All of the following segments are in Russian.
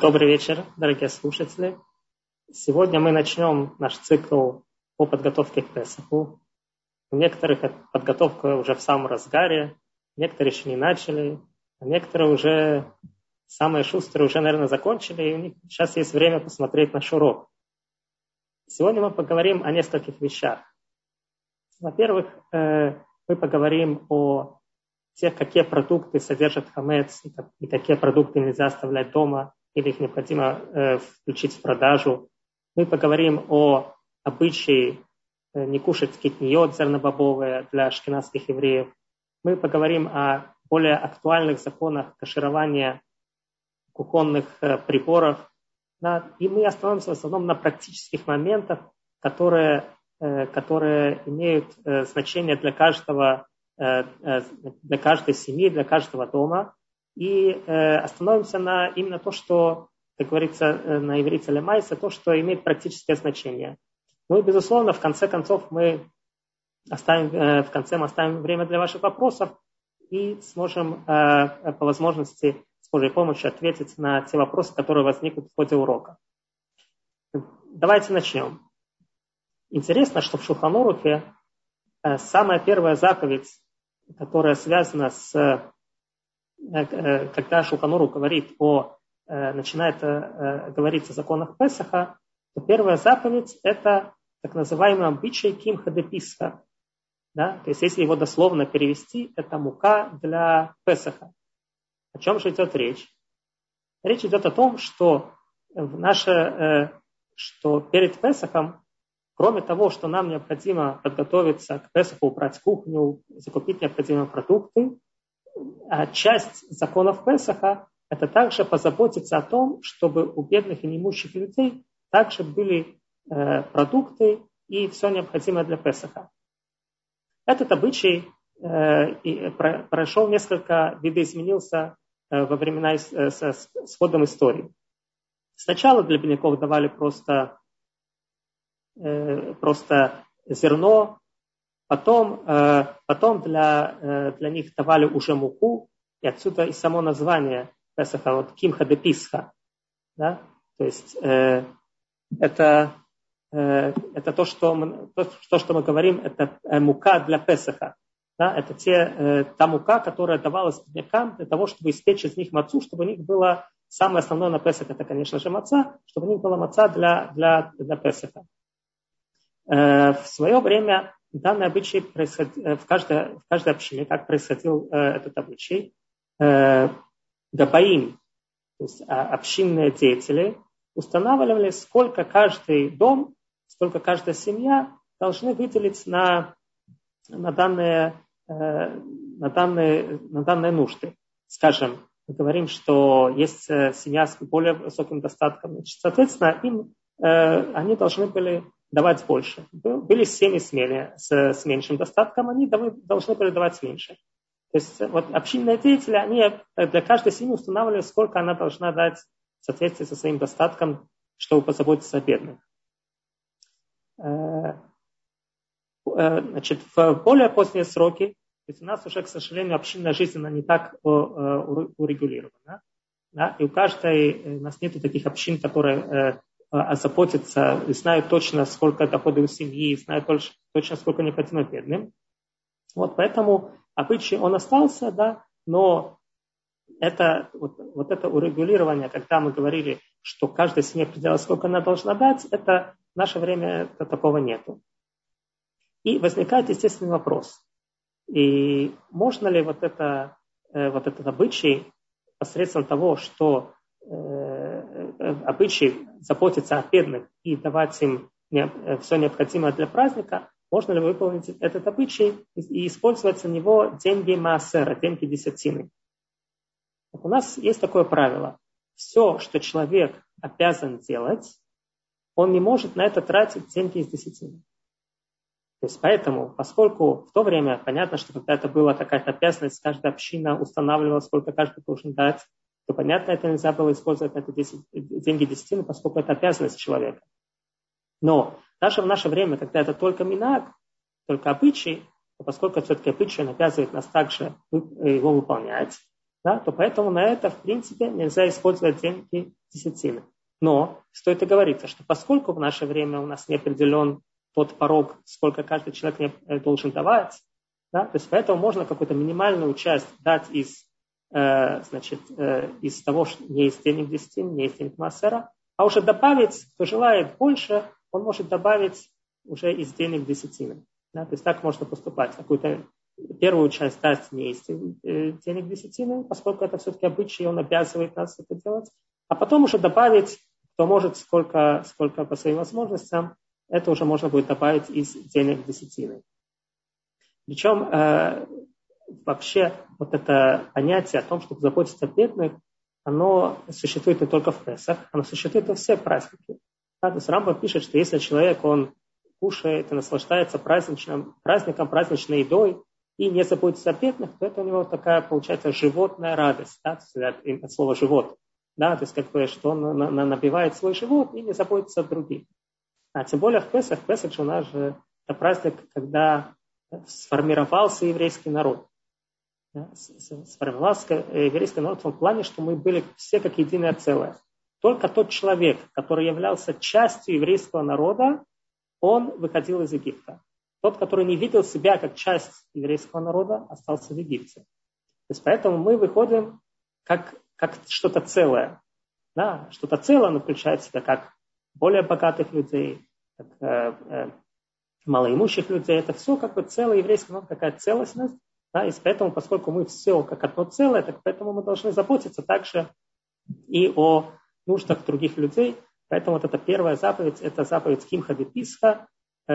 Добрый вечер, дорогие слушатели. Сегодня мы начнем наш цикл по подготовке к Песаху. У некоторых подготовка уже в самом разгаре, некоторые еще не начали, а некоторые уже, самые шустрые, уже, наверное, закончили, и у них сейчас есть время посмотреть наш урок. Сегодня мы поговорим о нескольких вещах. Во-первых, мы поговорим о тех, какие продукты содержат хамец, и какие продукты нельзя оставлять дома, или их необходимо включить в продажу. Мы поговорим о обычае не кушать китниот зернобобовые для ашкеназских евреев. Мы поговорим о более актуальных законах каширования кухонных приборов. И мы остановимся в основном на практических моментах, которые имеют значение для каждой семьи, для каждого дома. И остановимся на именно то, что, как говорится на иврите лемайса, то, что имеет практическое значение. Ну и, безусловно, в конце концов мы оставим время для ваших вопросов и сможем по возможности с Божьей помощью ответить на те вопросы, которые возникнут в ходе урока. Давайте начнем. Интересно, что в Шулхан Арухе самая первая заповедь, которая связана с... Когда Шулхан Арух начинает говорить о законах Песаха, то первая заповедь – это так называемый обычай кимха де писха. Да? То есть, если его дословно перевести, это мука для Песаха. О чем же идет речь? Речь идет о том, что перед Песахом, кроме того, что нам необходимо подготовиться к Песаху, убрать кухню, закупить необходимые продукты, а часть законов Песаха – это также позаботиться о том, чтобы у бедных и неимущих людей также были продукты и все необходимое для Песаха. Этот обычай прошел несколько видоизменился во времена с ходом истории. Сначала для бедняков давали просто зерно, потом для них давали уже муку, и отсюда и само название Песаха, вот кимха де писха. Да? То есть это то, что мы говорим, это мука для Песаха. Да? Это та мука, которая давалась беднякам для того, чтобы испечь из них мацу, чтобы у них было самое основное на Песах, это, конечно же, маца, чтобы у них была маца для Песаха. В свое время данный обычай происходил в каждой общине, как происходил этот обычай. Габаим, то есть общинные деятели, устанавливали, сколько каждый дом, сколько каждая семья должны выделить на данные нужды. Скажем, мы говорим, что есть семья с более высоким достатком, значит, соответственно, они должны были давать больше. Были семьи с меньшим достатком, они должны были давать меньше. То есть вот общинные деятели, они для каждой семьи устанавливали, сколько она должна дать в соответствии со своим достатком, чтобы позаботиться о бедных. Значит, в более поздние сроки, то есть у нас уже, к сожалению, общинная жизнь она не так урегулирована. Да? И у нас нет таких общин, которые заботятся и знают точно, сколько дохода у семьи, знают точно, сколько необходимо бедным. Вот поэтому обычай он остался, да, но это урегулирование, когда мы говорили, что каждая семья определяла, сколько она должна дать, это в наше время такого нету. И возникает естественный вопрос. И можно ли этот обычай посредством того, что обычай заботиться о бедных и давать им все необходимое для праздника, можно ли выполнить этот обычай и использовать на него деньги маасера, деньги десятины? У нас есть такое правило. Все, что человек обязан делать, он не может на это тратить деньги из десятины. То есть поэтому, поскольку в то время, понятно, что когда это была какая-то обязанность, каждая община устанавливала, сколько каждый должен дать, то, понятно, это нельзя было использовать на это деньги десятины, поскольку это обязанность человека. Но даже в наше время, когда это только минаг, только обычай, то поскольку все-таки обычай, он обязывает нас также его выполнять, да, то поэтому на это, в принципе, нельзя использовать деньги десятины. Но стоит и говориться, что поскольку в наше время у нас не определен тот порог, сколько каждый человек должен давать, да, то есть поэтому можно какую-то минимальную часть дать из того, что не из денег десятины, не из денег массера, а уже добавить, кто желает больше, он может добавить уже из денег десятины. Да, то есть так можно поступать. Какую-то первую часть дать не из денег десятины, поскольку это все-таки обычай, он обязывает нас это делать. А потом уже добавить, кто может, сколько по своим возможностям, это уже можно будет добавить из денег десятины. Причем вообще вот это понятие о том, чтобы заботиться о бедных, оно существует не только в Песах, оно существует во все праздники. Да, то есть Рамбам пишет, что если человек, он кушает и наслаждается праздником, праздничной едой и не заботится о бедных, то это у него такая, получается, животная радость, да, от слова «живот». Да, то есть как бы, что он набивает свой живот и не заботится о других. А тем более в Песах же у нас же это праздник, когда сформировался еврейский народ. Да, сформировался еврейский народ в том плане, что мы были все как единое целое. Только тот человек, который являлся частью еврейского народа, он выходил из Египта. Тот, который не видел себя как часть еврейского народа, остался в Египте. То есть поэтому мы выходим как что-то целое. Да, что-то целое, оно включает в себя как более богатых людей, как малоимущих людей. Это все как бы целый еврейский народ, такая целостность. Да, и поэтому, поскольку мы все как одно целое, так поэтому мы должны заботиться также и о нуждах других людей. Поэтому вот эта первая заповедь, это заповедь Кимха де Писха,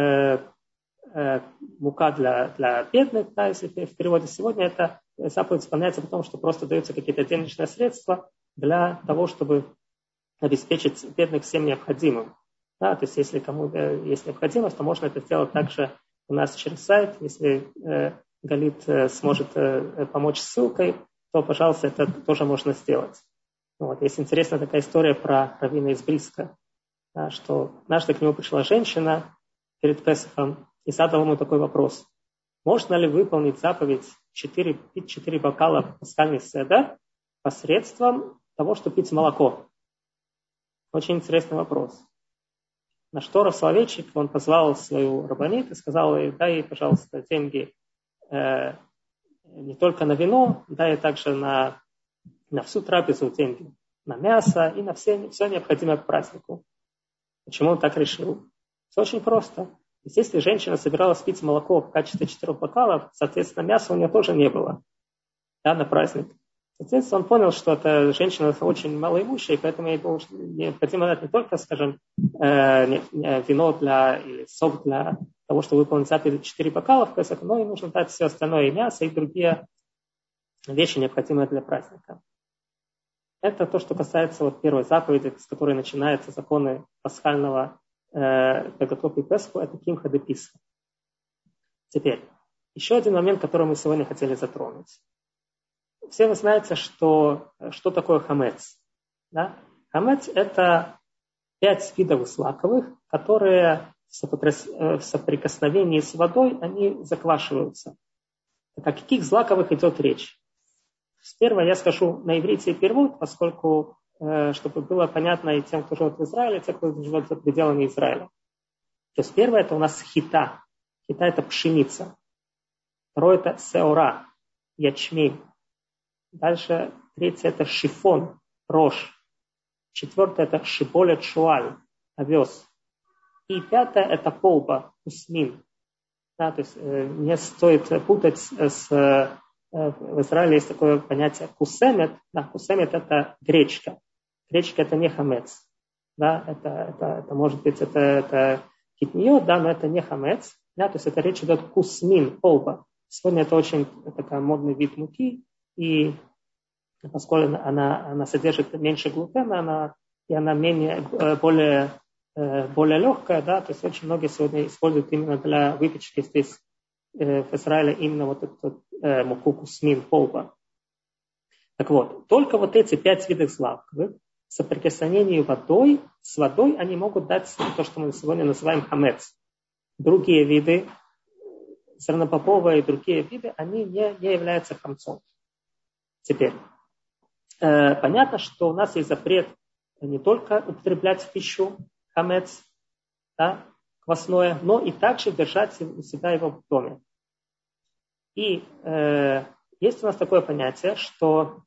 мука для бедных, да, если в переводе сегодня, это заповедь исполняется потому, что просто даются какие-то денежные средства для того, чтобы обеспечить бедных всем необходимым. Да, то есть если кому есть необходимость, то можно это сделать также у нас через сайт. Если Галит сможет помочь ссылкой, то, пожалуйста, это тоже можно сделать. Вот. Есть интересная такая история про раввина из Бриска, да, что однажды к нему пришла женщина перед Песахом и задала ему такой вопрос. Можно ли выполнить заповедь пить 4 бокала пасхальный седер посредством того, что пить молоко? Очень интересный вопрос. На что Рав Соловейчик, он позвал свою рабанит и сказал ей, дай ей, пожалуйста, деньги не только на вино, дай ей также на всю трапезу деньги, на мясо и на все необходимое к празднику. Почему он так решил? Все очень просто. Если женщина собиралась пить молоко в качестве 4 бокалов, соответственно, мяса у нее тоже не было, да, на праздник. Соответственно, он понял, что эта женщина очень малоимущая, и поэтому ей необходимо дать не только, скажем, вино или сок для того, чтобы выполнить заповедь 4 бокала в Песах, но и нужно дать все остальное, и мясо, и другие вещи, необходимые для праздника. Это то, что касается вот первой заповеди, с которой начинаются законы пасхального подготовки к Песху, это Кимха де Писха. Теперь, еще один момент, который мы сегодня хотели затронуть. Все вы знаете, что такое хамец. Да? Хамец – это 5 видов злаковых, которые в соприкосновении с водой, они заквашиваются. Так о каких злаковых идет речь? Первое я скажу на иврите перевод, поскольку, чтобы было понятно и тем, кто живет в Израиле, и тем, кто живет за пределами Израиля. То есть первое – это у нас хита. Хита – это пшеница. Второе – это сеора, ячмень. Дальше третье – это шифон, рожь. Четвертое – это шиболет шуаль, овес. И пятое – это полба, усмин. Да, то есть не стоит путать в Израиле есть такое понятие кусемет. Да, кусемет – это гречка. Гречка – это не хамец. Да, это может быть, это китниот, да, но это не хамец. Да, то есть это речь идет кусмин, полба. Сегодня это очень такой модный вид муки. И поскольку она содержит меньше глутена, она более легкая, да, то есть очень многие сегодня используют именно для выпечки здесь в Израиле именно вот эту муку кусмин, полба. Так вот, только вот эти 5 видов злаковых в соприкосновении с водой они могут дать то, что мы сегодня называем хамец. Другие виды, зернобобовые и другие виды, они не являются хамцом. Теперь, понятно, что у нас есть запрет не только употреблять в пищу хамец, да, квасное, но и также держать у себя его в доме. И есть у нас такое понятие, что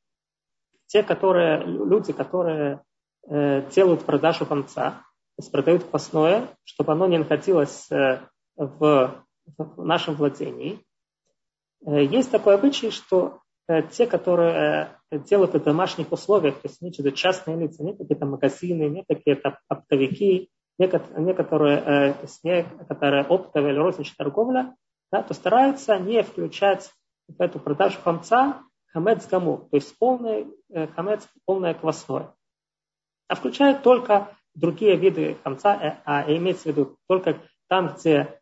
люди, которые делают продажу хамца, то есть продают квасное, чтобы оно не находилось в нашем владении, есть такой обычай, что те, которые делают это в домашних условиях, то есть это частные лица, не какие-то магазины, не какие-то оптовики, некоторые оптовая или розничная торговля, да, то стараются не включать в эту продажу хамца хамец гамур, то есть полный хамец, полное квасное, а включают только другие виды хамца, а имеется в виду только там, где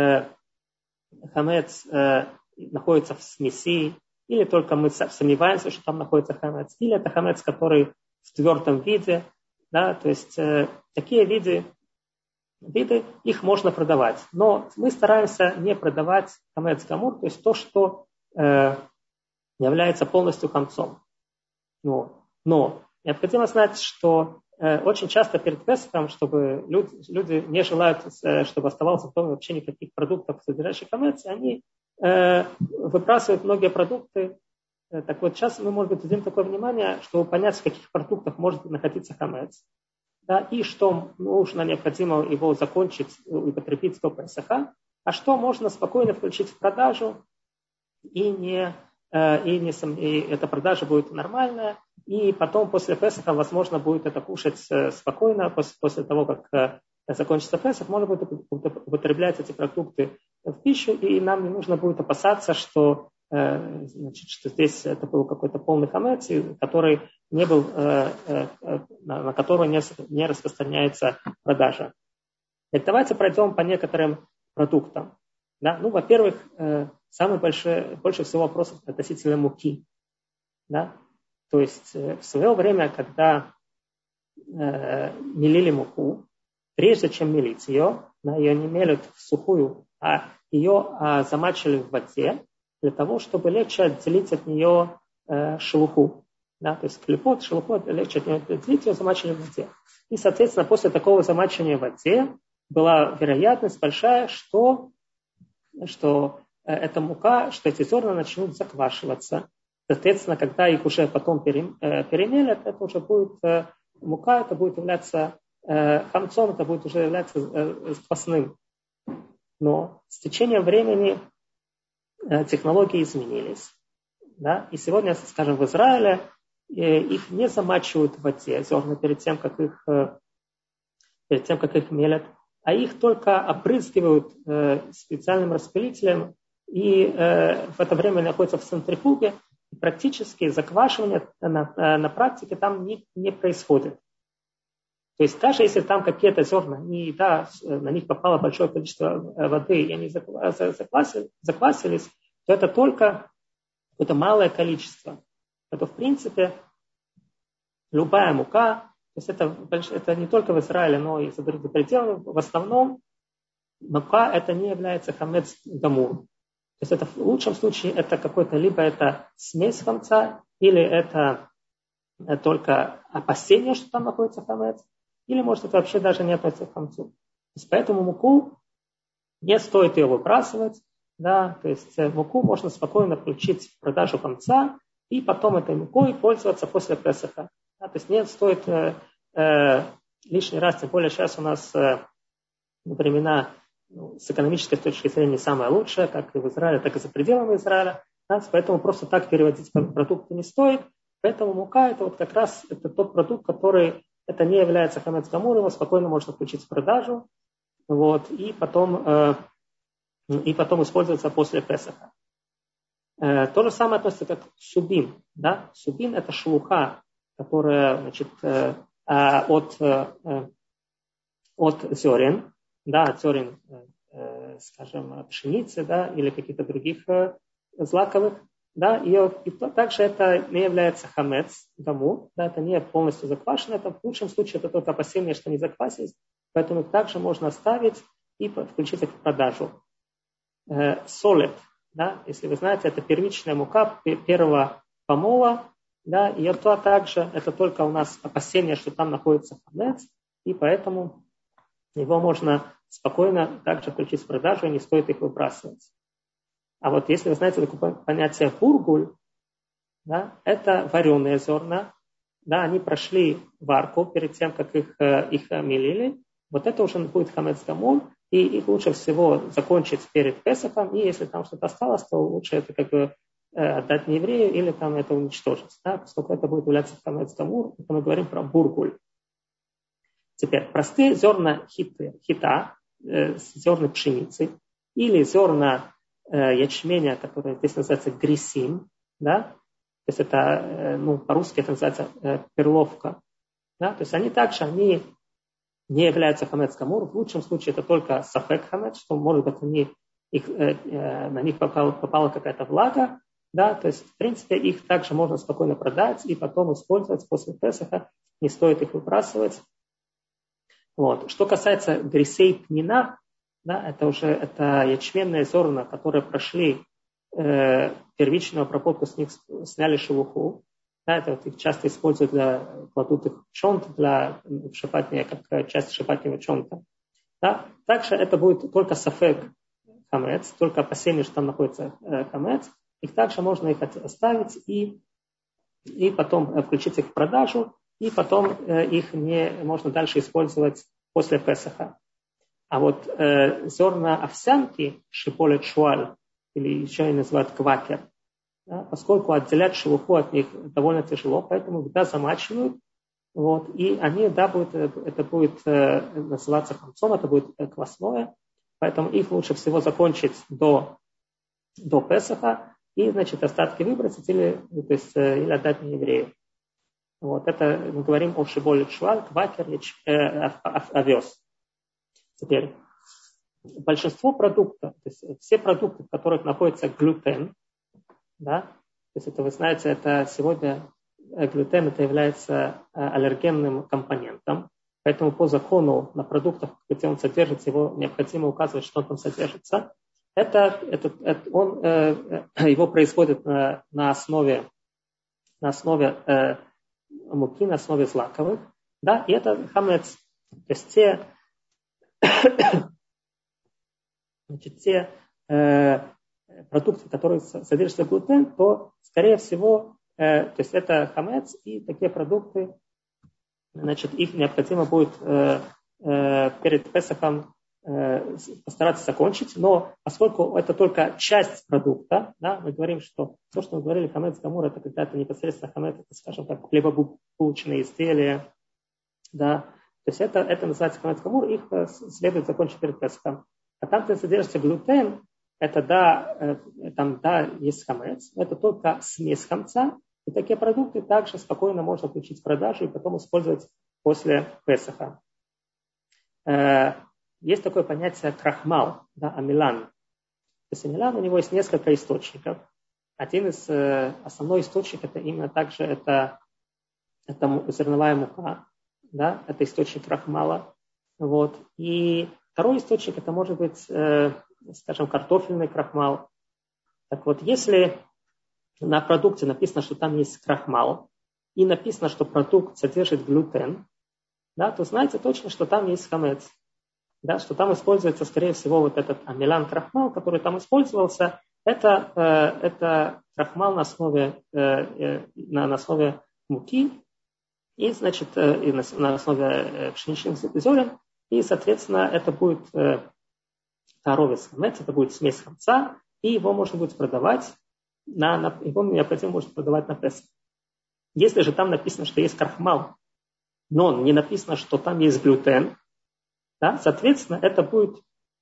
хамец находится в смеси, или только мы сомневаемся, что там находится хамец, или это хамец, который в твердом виде, да, то есть такие виды их можно продавать. Но мы стараемся не продавать хамец гамур, то есть то, что является полностью хамцом. Но необходимо знать, что очень часто перед Песахом, чтобы люди не желают, чтобы оставался в доме вообще никаких продуктов, содержащих хамец, они выбрасывают многие продукты. Так вот, сейчас мы, может быть, дадим такое внимание, чтобы понять, в каких продуктах может находиться хамец, да, и что нужно, необходимо его закончить и употребить до Песаха, а что можно спокойно включить в продажу, и эта продажа будет нормальная, и потом после Песаха возможно будет это кушать спокойно, после того, как закончится Песах, можно будет употреблять эти продукты в пищу, и нам не нужно будет опасаться, что здесь это был какой-то полный хамец, который не был, на который не распространяется продажа. Так, давайте пройдем по некоторым продуктам. Да? Ну, во-первых, больше всего вопросов относительно муки. Да? То есть в свое время, когда мелили муку, прежде чем мелить ее не мелят в сухую, а ее замачивали в воде для того, чтобы легче отделить от нее шелуху. Да? То есть клепот, шелуху, легче от нее отделить, ее замачивали в воде. И, соответственно, после такого замачивания в воде была вероятность большая, что эта мука, что эти зерна начнут заквашиваться. Соответственно, когда их уже потом перемелят, это уже будет мука, это будет являться хамцом, это будет уже являться квасным. Но с течением времени технологии изменились. Да? И сегодня, скажем, в Израиле их не замачивают в воде, зерна, перед тем, как их мелят, а их только опрыскивают специальным распылителем, и в это время находятся в центрифуге, и практически заквашивание на практике там не происходит. То есть даже если там какие-то зерна, на них попало большое количество воды, и они заквасились, то это только какое-то малое количество. Это, в принципе, любая мука, то есть это не только в Израиле, но и за пределами, в основном мука это не является хамец гамур. То есть это в лучшем случае это какой-то, либо это смесь хамца, или это только опасение, что там находится хамец, или может это вообще даже не относится к хамцу. То есть поэтому муку не стоит ее выбрасывать, да, то есть муку можно спокойно включить в продажу хамца и потом этой мукой пользоваться после Песаха. Да, то есть не стоит лишний раз, тем более сейчас у нас времена с экономической точки зрения не самое лучшее, как и в Израиле, так и за пределами Израиля. Да, поэтому просто так переводить продукты не стоит. Поэтому мука это вот как раз это тот продукт, который это не является хамец гамур, его спокойно можно включить в продажу, вот, и потом использоваться после Песаха. То же самое относится как субин. Да? Субин это шелуха, которая от зерен, да, от зерен, скажем, пшеницы, да, или каких-то других злаковых. Да, и также это не является хамец гамур, да, это не полностью заквашено, это в лучшем случае это только опасение, что не заквасились, поэтому их также можно оставить и включить их в продажу. Солет, да, если вы знаете, это первичная мука первого помола, да, и то также, это только у нас опасение, что там находится хамец, и поэтому его можно спокойно также включить в продажу, и не стоит их выбрасывать. А вот если вы знаете такое понятие бургуль, да, это вареные зерна, да, они прошли варку перед тем, как их мелили. Вот это уже будет хамец гамур, и их лучше всего закончить перед Песахом, и если там что-то осталось, то лучше это как бы отдать нееврею или там это уничтожить, да, поскольку это будет являться хамец гамур, это мы говорим про бургуль. Теперь простые зерна хита, зерна пшеницы, или зерна ячменя, которые здесь называется грисим, да, то есть это, по-русски это называется перловка, да, то есть они также, они не являются хамец гамур, в лучшем случае это только сафек хамец, что может быть на них попала какая-то влага, да, то есть в принципе их также можно спокойно продать и потом использовать после Песаха, не стоит их выбрасывать. Вот. Что касается грисей пнина, да, это ячменные зерна, которые прошли первичную обработку, с них сняли шелуху. Да, это вот их часто используют кладут их в чонт для шапатния, как часть шапатнего чонта. Да. Также это будет только сафек хамец, только опасение, что там находится хамец. Их также можно их оставить и потом включить их в продажу, и потом их не можно дальше использовать после Песаха. А вот зерна овсянки, шиполет шуаль, или еще и называют квакер, да, поскольку отделять шелуху от них довольно тяжело, поэтому когда замачивают, вот, и они, да, это будет называться хамцом, это будет квасное, поэтому их лучше всего закончить до Песаха и, значит, остатки выбросить или отдать нееврею. Вот, это мы говорим о шиболе шуаль, квакер, овес. Теперь, большинство продуктов, то есть все продукты, в которых находится глютен, да, то есть это, вы знаете, это сегодня глютен это является аллергенным компонентом, поэтому по закону на продуктах, где он содержится, его необходимо указывать, что он там содержится. Его производят на основе муки, на основе злаковых, да, и это хамец, то есть те продукты, которые содержатся глютен, то, скорее всего, то есть это хамец, и такие продукты, значит, их необходимо будет перед Песахом постараться закончить, но поскольку это только часть продукта, да, мы говорим, что то, что мы говорили, хамец гамур, это когда-то непосредственно хамец, это, скажем так, хлебобулочные изделия, да, то есть это называется хамец гамур, их следует закончить перед Песахом. А там, где содержится глютен, это там есть хамец, но это только смесь хамца, и такие продукты также спокойно можно включить в продажу и потом использовать после Песаха. Есть такое понятие крахмал, да, амилан. То есть амилан, у него есть несколько источников. Один из основной источник это именно также это зерновая мука, да, это источник крахмала. Вот. И второй источник это может быть, скажем, картофельный крахмал. Так вот, если на продукте написано, что там есть крахмал, и написано, что продукт содержит глютен, да, то знаете точно, что там есть хамец. Да, что там используется, скорее всего, вот этот амилан крахмал, который там использовался, это крахмал на основе муки, и, значит, и на основе пшеничных зерен, и, соответственно, это будет таровец хамец, это будет смесь хамца, и его можно будет продавать, его необходимо будет продавать на Песах. Если же там написано, что есть крахмал, но не написано, что там есть глютен, да, соответственно, это будет,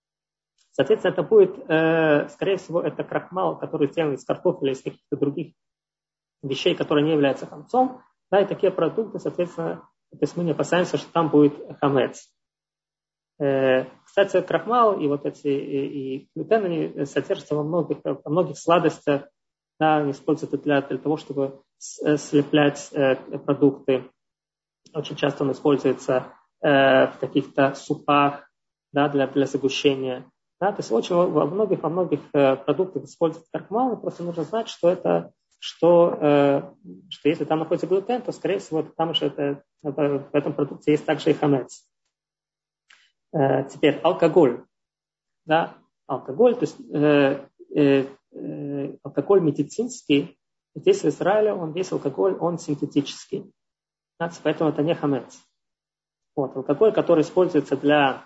скорее всего, это крахмал, который сделан из картофеля, из каких-то других вещей, которые не являются хамцом, да, и такие продукты, соответственно, то есть мы не опасаемся, что там будет хамец. Кстати, крахмал и вот эти и глютен, они содержатся во многих сладостях, да, они используются для того, чтобы слеплять продукты. Очень часто он используется в каких-то супах, да, для загущения. Да, то есть очень во многих продуктах используется крахмал, и просто нужно знать, что что если там находится глютен, то, скорее всего, там уже в этом продукте есть также и хамец. Теперь алкоголь. Да, алкоголь, то есть алкоголь медицинский, здесь в Израиле весь алкоголь, он синтетический. Поэтому это не хамец. Вот, алкоголь, который используется для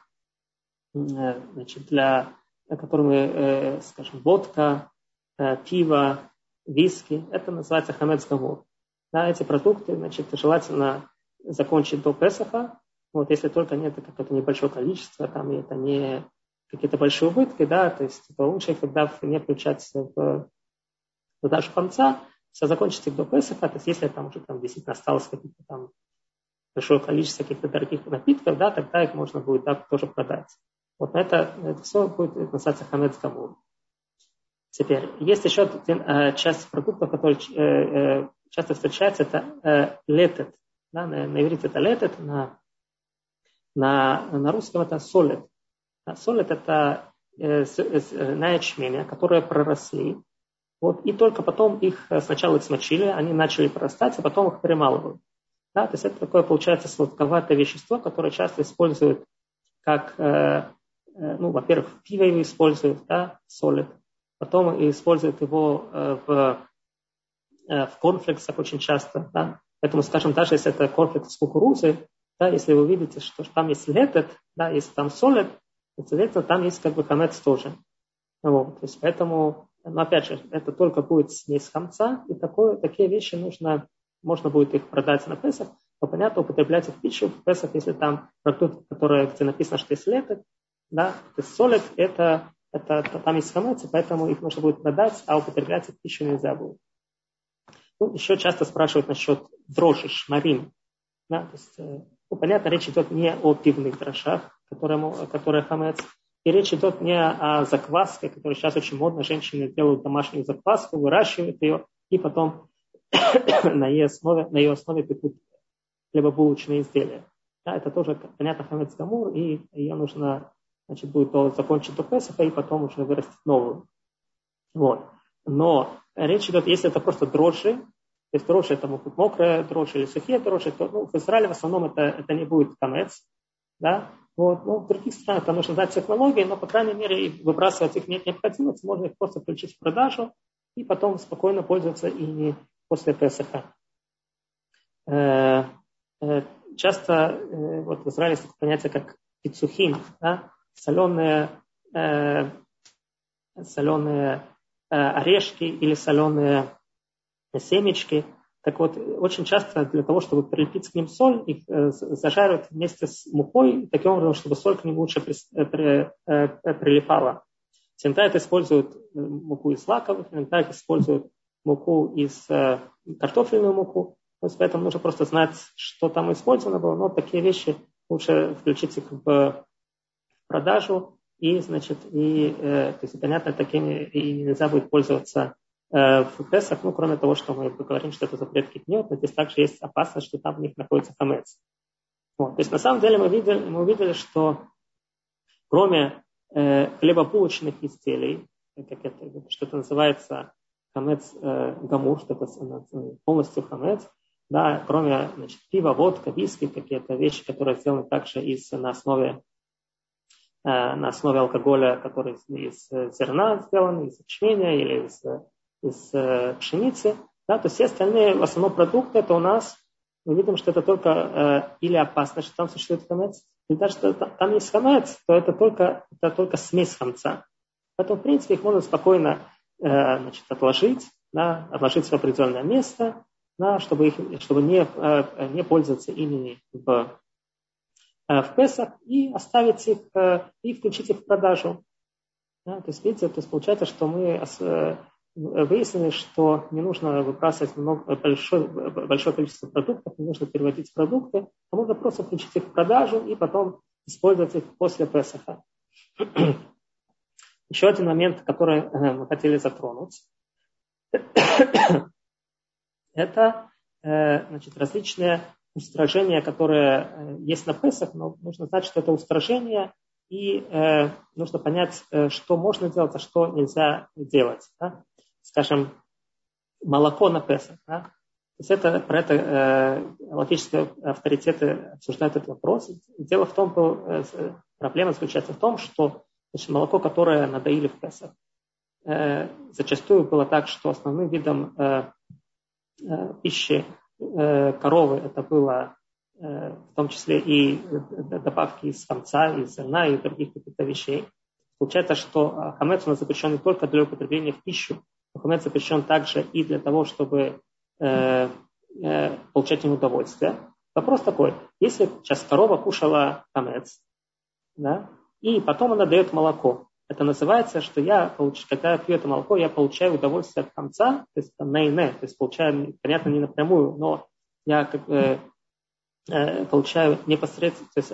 который мы, скажем, водка, пиво, виски, это называется хамец гамур. Да, эти продукты, желательно закончить до Песаха. Вот, если только нет какое-то небольшое количество, там, и это не какие-то большие убытки, да, то есть лучше, когда не включаться в продажу хамца, все закончить их до Песаха, то есть если там уже там действительно осталось какие-то там большое количество каких-то дорогих напитков, да, тогда их можно будет тоже продать. Вот это все будет называться хамец гамур. Теперь, есть еще часть продуктов, которые часто встречаются, это летет. Да, на иврите это летет, на русском это солет. Солет это на ячмене, которые проросли. Вот, и только потом сначала их смочили, они начали прорастать, а потом их перемалывают. Да, то есть это такое, получается, сладковатое вещество, которое часто используют как, во-первых, в пиве его используют, да, солит. Потом используют его в корнфлексах очень часто. Да. Поэтому, скажем, даже если это корнфлекс с кукурузой, да, если вы видите, что там есть летет, да, если там солит, то, соответственно, там есть как бы хамец тоже. Вот, то есть поэтому, но опять же, это только будет смесь хамца, и такие вещи можно будет их продать на Песах, но понятно, употреблять их в пищу в Песах, если там продукт, где написано, что есть летет, да, то есть солит, это там есть хамец, и поэтому их можно будет продать, а употреблять их в пищу нельзя будет. Ну, еще часто спрашивают насчет дрожжи, шмарин. Да, то есть, понятно, речь идет не о пивных дрожжах, которые хамец, и речь идет не о закваске, которая сейчас очень модно, женщины делают домашнюю закваску, выращивают ее, и потом на ее основе пекут хлебобулочные изделия. Да, это тоже, понятно, хамец гамур, и ее нужно, будет закончить до Песаха, и потом уже вырастить новую. Вот. Но речь идет, если это просто дрожжи, то есть дрожжи это могут быть мокрые дрожжи или сухие дрожжи, то в Израиле в основном это не будет хамец. Да? Вот. Ну, в других странах там нужно дать технологии, но, по крайней мере, выбрасывать их нет необходимости, можно их просто включить в продажу и потом спокойно пользоваться ими после Песаха. Часто вот в Израиле есть такое понятие, как пицухим, да? соленые орешки или соленые семечки. Так вот, очень часто для того, чтобы прилепить к ним соль, их зажаривают вместе с мукой, таким образом, чтобы соль к ним лучше прилипала. Иногда это используют муку из злаковых, иногда используют муку из картофельную муку. То есть поэтому нужно просто знать, что там использовано было, но такие вещи лучше включить их в продажу, и, то есть, понятно, такими и нельзя будет пользоваться в Песах, кроме того, что мы говорим, что это запрет китнет, но здесь также есть опасность, что там в них находится хамец. Вот. То есть, на самом деле, мы увидели, что кроме хлебобулочных изделий, что это называется хамец гамур, что это полностью хамец, да, кроме пива, водка, виски, какие-то вещи, которые сделаны также на основе алкоголя, который из зерна сделан, из ячменя или из пшеницы. Да, то есть все остальные в основном продукты, это у нас, мы видим, что это только или опасно, что там существует хамец, или даже что там есть хамец, то это только смесь хамца. Поэтому, в принципе, их можно спокойно отложить в определенное место, да, чтобы не пользоваться ими в Песах, и оставить их и включить их в продажу. Да, то есть, видите, получается, что мы выяснили, что не нужно выбрасывать большое количество продуктов, не нужно переводить продукты, а можно просто включить их в продажу и потом использовать их после Песаха. Еще один момент, который мы хотели затронуть, это различные устражения, которые есть на Песах, но нужно знать, что это устражение, и нужно понять, что можно делать, а что нельзя делать. Да? Скажем, молоко на Песах. Да? То есть это, про это логические авторитеты обсуждают этот вопрос. Дело в том, проблема заключается в том, что значит, молоко, которое надоили в Песах, зачастую было так, что основным видом пищи коровы это было в том числе и добавки из хамца, из зерна и других каких-то вещей. Получается, что хамец у нас запрещен не только для употребления в пищу, но хамец запрещен также и для того, чтобы получать им удовольствие. Вопрос такой, если сейчас корова кушала хамец, да, и потом она дает молоко, это называется, что когда я пью это молоко, я получаю удовольствие от хамца, то есть нейне, то есть получаю, понятно, не напрямую, но я получаю непосредственно, то есть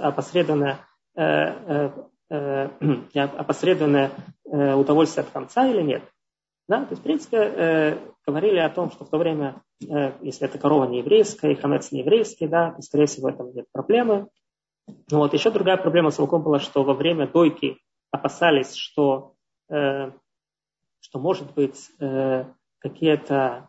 опосредованное удовольствие от хамца или нет. Да? То есть, в принципе, говорили о том, что в то время, если эта корова не еврейская и хамец не еврейский, да, то, скорее всего, в этом нет проблемы. Но вот еще другая проблема с молоком была, что во время дойки опасались, что может быть, какие-то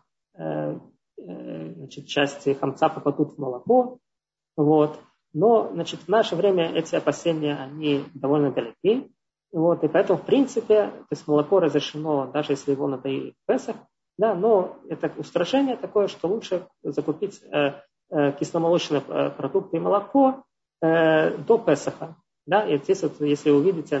части хамца попадут в молоко. Вот. Но в наше время эти опасения, они довольно далеки. Вот. И поэтому, в принципе, то есть молоко разрешено, даже если его надоили в Песах, да, но это устражение такое, что лучше закупить кисломолочные продукты и молоко до Песаха. Да. И здесь, вот, если вы увидите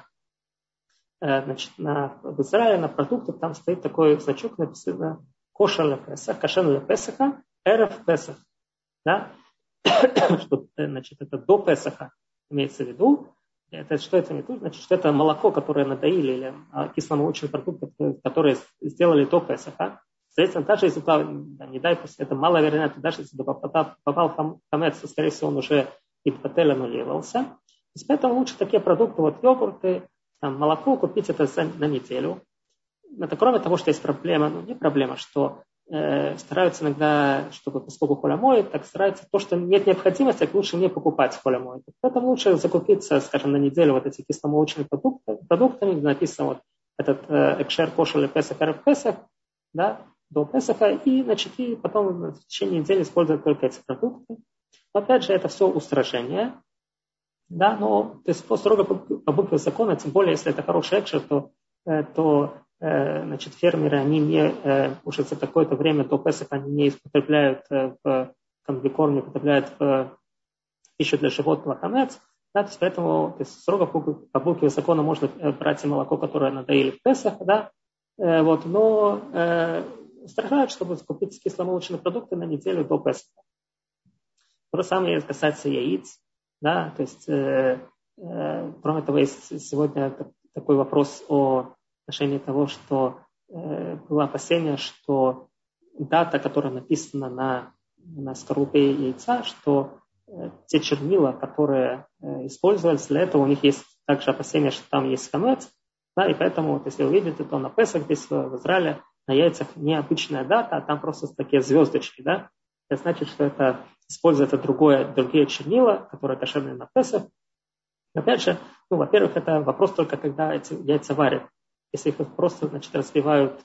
в Израиле на продуктах, там стоит такой значок, написано кошер ле Песах, кашер ле Песаха, эрев Песах. Да? Что, это до Песаха имеется в виду. Что это не то? Значит, что это молоко, которое надоили, или кисломолочные продукты, которые сделали до Песаха. Соответственно, даже если, не дай пусть, это маловероятно, даже если попал хамец, то, скорее всего, он уже и патель аннулировался. Поэтому лучше такие продукты, вот йогурты, молоко купить это на неделю. Это кроме того, что есть проблема, не проблема, что стараются иногда, чтобы поскольку холямой, так стараются то, что нет необходимости, так лучше не покупать холямой. Поэтому лучше закупиться, скажем, на неделю вот эти кисломолочные продуктами, где написано вот этот экшер кошер ле Песах эрев Песах, да, до Песаха, и потом в течение недели использовать только эти продукты. Но опять же, это все устражение. Да, но то есть строго по букве закона, тем более, если это хороший экшер, то фермеры, они уже за какое-то время до Песаха они не употребляют в комбикорм, не употребляют в пищу для животного хамец. Да, то есть поэтому строго по букве закона можно брать и молоко, которое надоили в Песах, да, вот, но устражают, чтобы купить кисломолочные продукты на неделю до Песаха. То же самое касается яиц. Да, то есть, кроме того, есть сегодня такой вопрос о отношении того, что было опасение, что дата, которая написана на скорлупе яйца, что те чернила, которые использовались для этого, у них есть также опасение, что там есть хамец, да, и поэтому, вот, если вы видите, то на Песах здесь в Израиле на яйцах необычная дата, а там просто такие звездочки, да, это значит, что это используются другие чернила, которые кошерные на Песах. Опять же, во-первых, это вопрос только, когда эти яйца варят. Если их просто, разбивают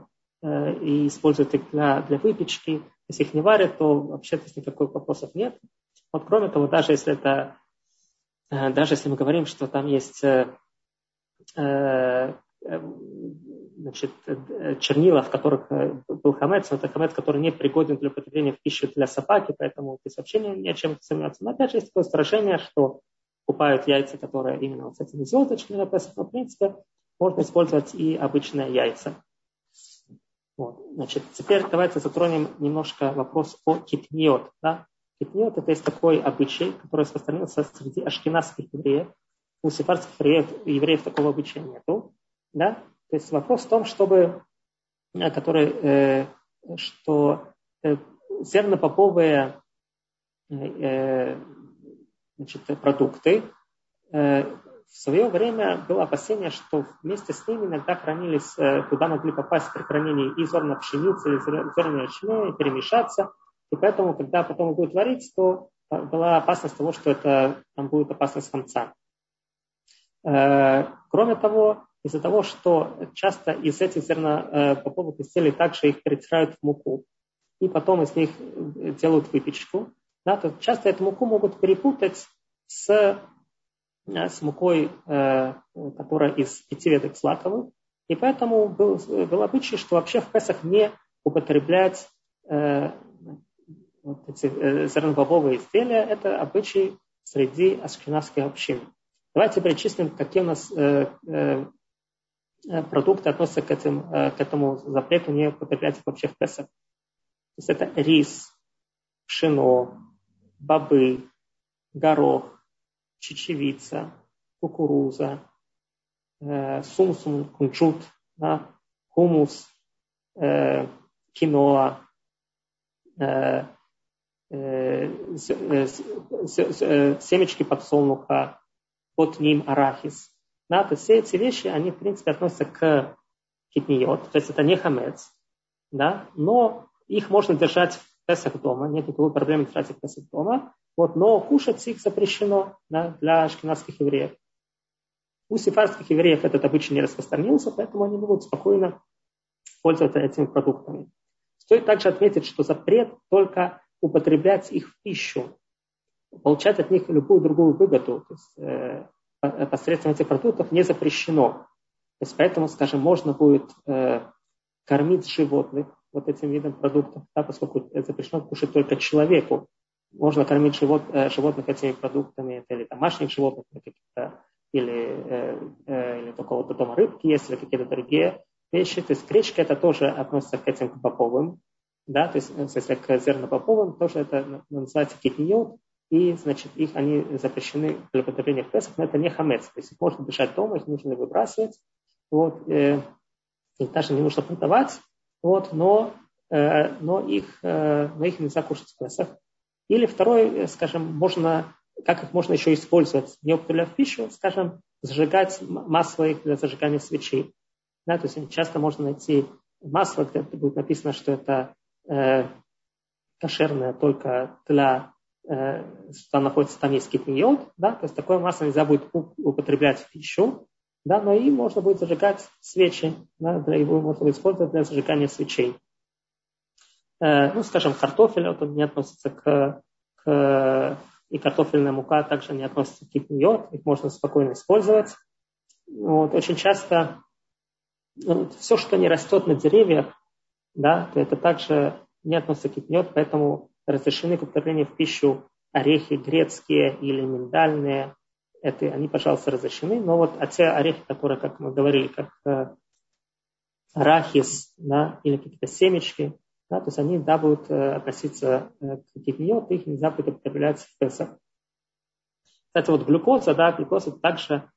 и используют их для выпечки, если их не варят, то вообще-то никаких вопросов нет. Вот, кроме того, даже если мы говорим, что там есть чернила, в которых был хамец, но это хамец, который не пригоден для употребления в пищу для собаки, поэтому здесь вообще не о чем сомневаться. Но опять же есть такое устражение, что покупают яйца, которые именно вот с этими звездочками на Песах, но в принципе можно использовать и обычные яйца. Вот. Теперь давайте затронем немножко вопрос о китниот. Да? Китниот — это есть такой обычай, который распространился среди ашкеназских евреев. У сефардских евреев такого обычая нету. Да? То есть вопрос в том, что зернобобовые продукты в свое время было опасение, что вместе с ними иногда хранились, туда могли попасть при хранении и зерна пшеницы, или зерна ячменя, и перемешаться. И поэтому, когда потом будут варить, то была опасность того, что там будет опасность хамца. Кроме того, из-за того, что часто из этих зернобобовых изделий также их перетирают в муку, и потом из них делают выпечку, да, то часто эту муку могут перепутать с мукой, которая из 5 веток злаковых. И поэтому был обычай, что вообще в Песах не употреблять вот эти зернобобовые изделия. Это обычай среди ашкеназских общин. Давайте перечислим, какие у нас продукты относятся к этому запрету не употреблять их вообще в Песах. То есть это рис, пшено, бобы, горох, чечевица, кукуруза, сумсум, кунжут, да, хумус, киноа, семечки подсолнуха, под ним арахис. Да, то есть все эти вещи, они в принципе относятся к китниот, то есть это не хамец, да, но их можно держать в Песах дома, нет никакой проблемы держать их в Песах дома, вот, но кушать их запрещено, да, для ашкеназских евреев. У сефардских евреев этот обычай не распространился, поэтому они могут спокойно пользоваться этими продуктами. Стоит также отметить, что запрет только употреблять их в пищу, получать от них любую другую выгоду, то есть, посредством этих продуктов не запрещено. То есть поэтому, скажем, можно будет кормить животных вот этим видом продуктов, да, поскольку запрещено кушать только человеку. Можно кормить животных этими продуктами, или домашних животных, или какого-то дома рыбки есть, или какие-то другие вещи. То есть гречка это тоже относится к этим бобовым, да, то есть если к зернобобовым, тоже это называется китниот, и, значит, они запрещены для употребления в Песах, но это не хамец. То есть их можно держать дома, их нужно выбрасывать, вот, их даже не нужно продавать, вот, но их нельзя кушать в Песах. Или второй, скажем, как их можно еще использовать, не употребляя в пищу, скажем, зажигать масло для зажигания свечей. Да, то есть часто можно найти масло, где будет написано, что это кошерное только для что находится, там есть китниот, да, то есть такое масло нельзя будет употреблять в пищу, да, но и можно будет зажигать свечи, да, его можно будет использовать для зажигания свечей. Скажем, картофель, вот он не относится и картофельная мука также не относится к китниот, их можно спокойно использовать. Вот, очень часто все, что не растет на деревьях, да, то это также не относится к китниот, поэтому разрешены к употреблению в пищу орехи грецкие или миндальные. Они, пожалуйста, разрешены. Но вот те орехи, которые, как мы говорили, как арахис, да, или какие-то семечки, да, то есть они, да, будут относиться к китниот, их нельзя будет употреблять в Песах. Кстати, вот глюкоза также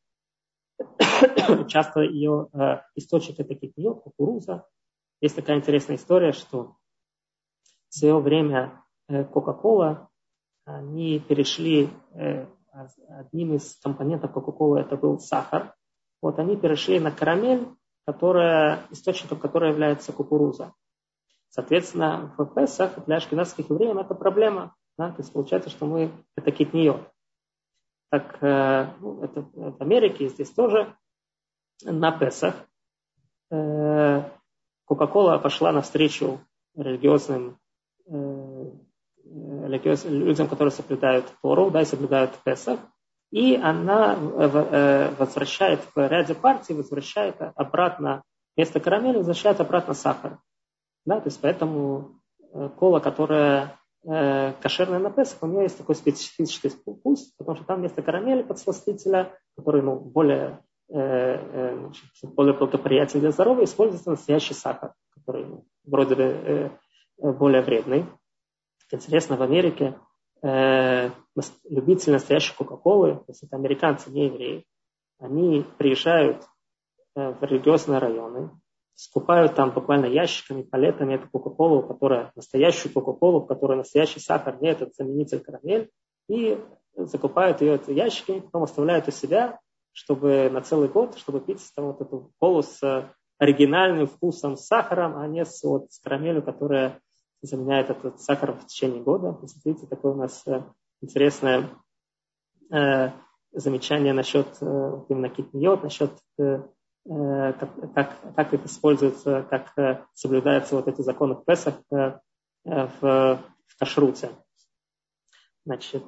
часто ее источник это китниот, кукуруза. Есть такая интересная история, что в свое время Coca-Cola, они перешли, одним из компонентов Coca-Cola это был сахар, вот они перешли на карамель, источником которой является кукуруза. Соответственно, в Песах для ашкеназских евреев это проблема, да? То есть получается, что это китниот. Так, это в Америке, здесь тоже на Песах Coca-Cola пошла навстречу людям, которые соблюдают Тору, да, и соблюдают Песах, и она возвращает в ряде партий, обратно, вместо карамели возвращает обратно сахар. Да, то есть поэтому кола, которая кошерная на Песах, у нее есть такой специфический вкус, потому что там вместо карамели подсластителя, который более благоприятен для здоровья, используется настоящий сахар, который вроде бы более вредный. Интересно, в Америке любители настоящей Кока-Колы, то есть это американцы, не евреи, они приезжают в религиозные районы, скупают там буквально ящиками, палетами эту Кока-Колу, настоящую Кока-Колу, в которой настоящий сахар, не этот заменитель карамель, и закупают ее ящиками, потом оставляют у себя, чтобы на целый год, чтобы пить вот эту колу с оригинальным вкусом с сахаром, а не с карамелью, которая заменяет этот сахар в течение года. Смотрите, такое у нас интересное замечание насчет именно китниот, насчет как это используется, как соблюдаются вот эти законы в Песах в кашруте. Значит,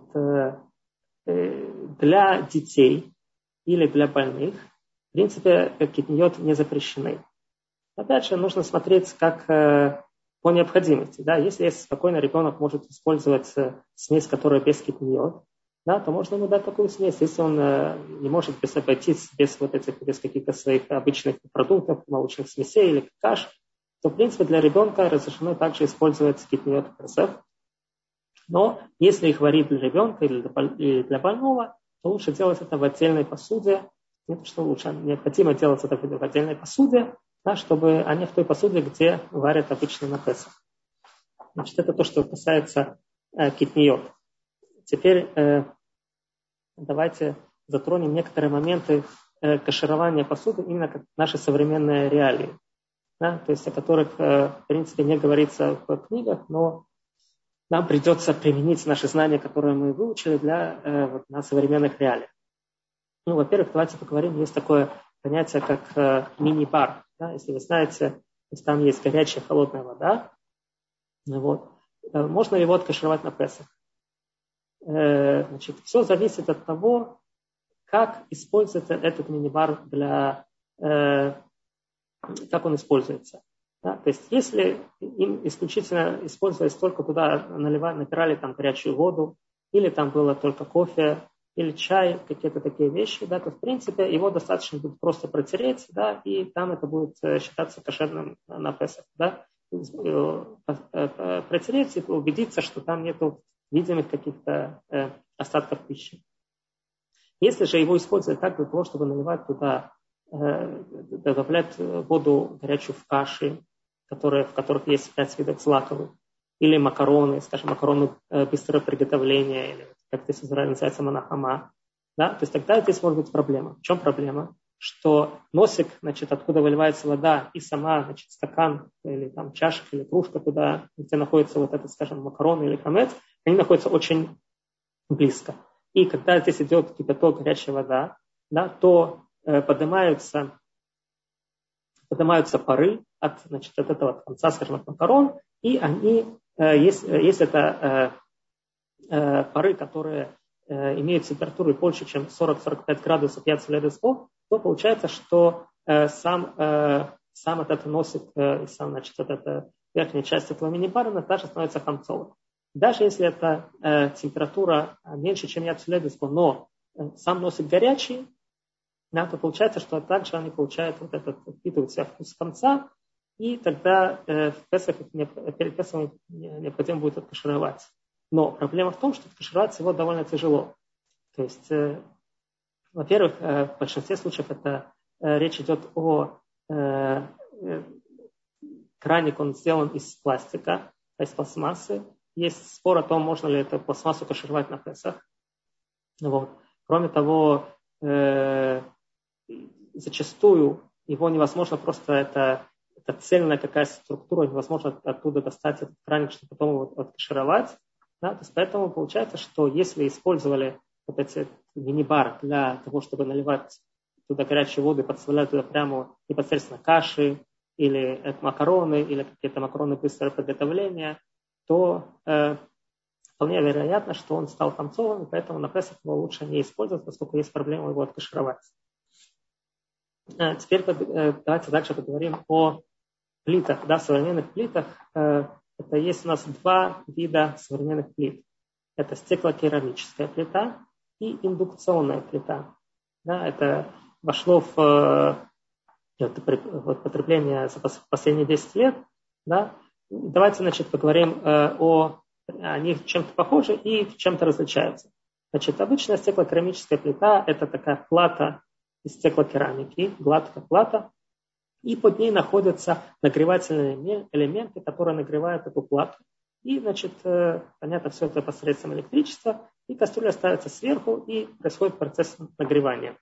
для детей или для больных, в принципе, китниот не запрещены. Опять же, нужно смотреть как по необходимости. Да? Если спокойно ребенок может использовать смесь, которая без китниот, да, то можно ему дать такую смесь. Если он не может обойтись без каких-то своих обычных продуктов, молочных смесей или каш, то, в принципе, для ребенка разрешено также использовать китниот в Песах. Но если их варить для ребенка или для больного, то лучше делать это в отдельной посуде. Нет, что лучше, необходимо делать это в отдельной посуде, да, чтобы они в той посуде, где варят обычно на Песах. Значит, это то, что касается китниот. Теперь давайте затронем некоторые моменты каширования посуды, именно как наши современные реалии. Да, то есть о которых, в принципе, не говорится в книгах, но нам придется применить наши знания, которые мы выучили на современных реалиях. Ну, во-первых, давайте поговорим, есть такое понятие, как мини-бар. Да? Если вы знаете, то есть там есть горячая, холодная вода. Вот. Можно его откашировать на Песах. Значит, все зависит от того, как используется этот мини-бар как он используется. Да? То есть, если им исключительно использовать только туда напирали там горячую воду, или там было только кофе, или чай, какие-то такие вещи, да, то в принципе его достаточно будет просто протереть, да, и там это будет считаться кошерным на Песах. Да? Протереть и убедиться, что там нету видимых каких-то остатков пищи. Если же его использовать так для того, чтобы наливать туда, добавлять воду горячую в каши, в которых есть 5 видов злаковых, или макароны, скажем, макароны быстрого приготовления, или как здесь в Израиле называется манахама, да, то есть тогда здесь может быть проблема. В чем проблема? Что носик, значит, откуда выливается вода, и сама, значит, стакан, или там чашка, или кружка туда, где находится вот этот, скажем, макарон или хамец, они находятся очень близко. И когда здесь идет кипяток, горячая вода, да, то поднимаются пары от этого конца, скажем, от макарон, и они, если это пары, которые имеют температуру больше, чем 40-45 градусов яйца-ледоскоп, то получается, что сам этот носик, значит, эта верхняя часть этого мини-бара даже становится хамцовой. Даже если это температура меньше, чем яйца-ледоскоп, но сам носик горячий, да, то получается, что также они получают впитывают в себя вкус хамца, и тогда перед Песахом необходимо будет откашировать. Но проблема в том, что откашировать его довольно тяжело. То есть, во-первых, в большинстве случаев речь идет о краник, он сделан из пластика, из пластмассы. Есть спор о том, можно ли эту пластмассу кашировать на Песах. Вот. Кроме того, зачастую его невозможно просто, это цельная какая-то структура, невозможно оттуда достать этот краник, чтобы потом его откашировать. Да? То есть поэтому получается, что если использовали вот эти мини-бар для того, чтобы наливать туда горячую воду и подставлять туда прямо непосредственно каши, или макароны, или какие-то макароны быстрого приготовления, то вполне вероятно, что он стал хамцовым, и поэтому на Песах его лучше не использовать, поскольку есть проблема его откашировать. Теперь давайте дальше поговорим о плитах, да, современных плитах. Это есть у нас 2 вида современных плит. Это стеклокерамическая плита и индукционная плита. Да, это вошло в потребление за последние 10 лет. Да. Давайте, значит, поговорим они чем-то похожи и чем-то различаются. Значит, обычная стеклокерамическая плита – это такая плата из стеклокерамики, гладкая плата, и под ней находятся нагревательные элементы, которые нагревают эту плату. И, значит, понятно, все это посредством электричества, и кастрюля ставится сверху, и происходит процесс нагревания.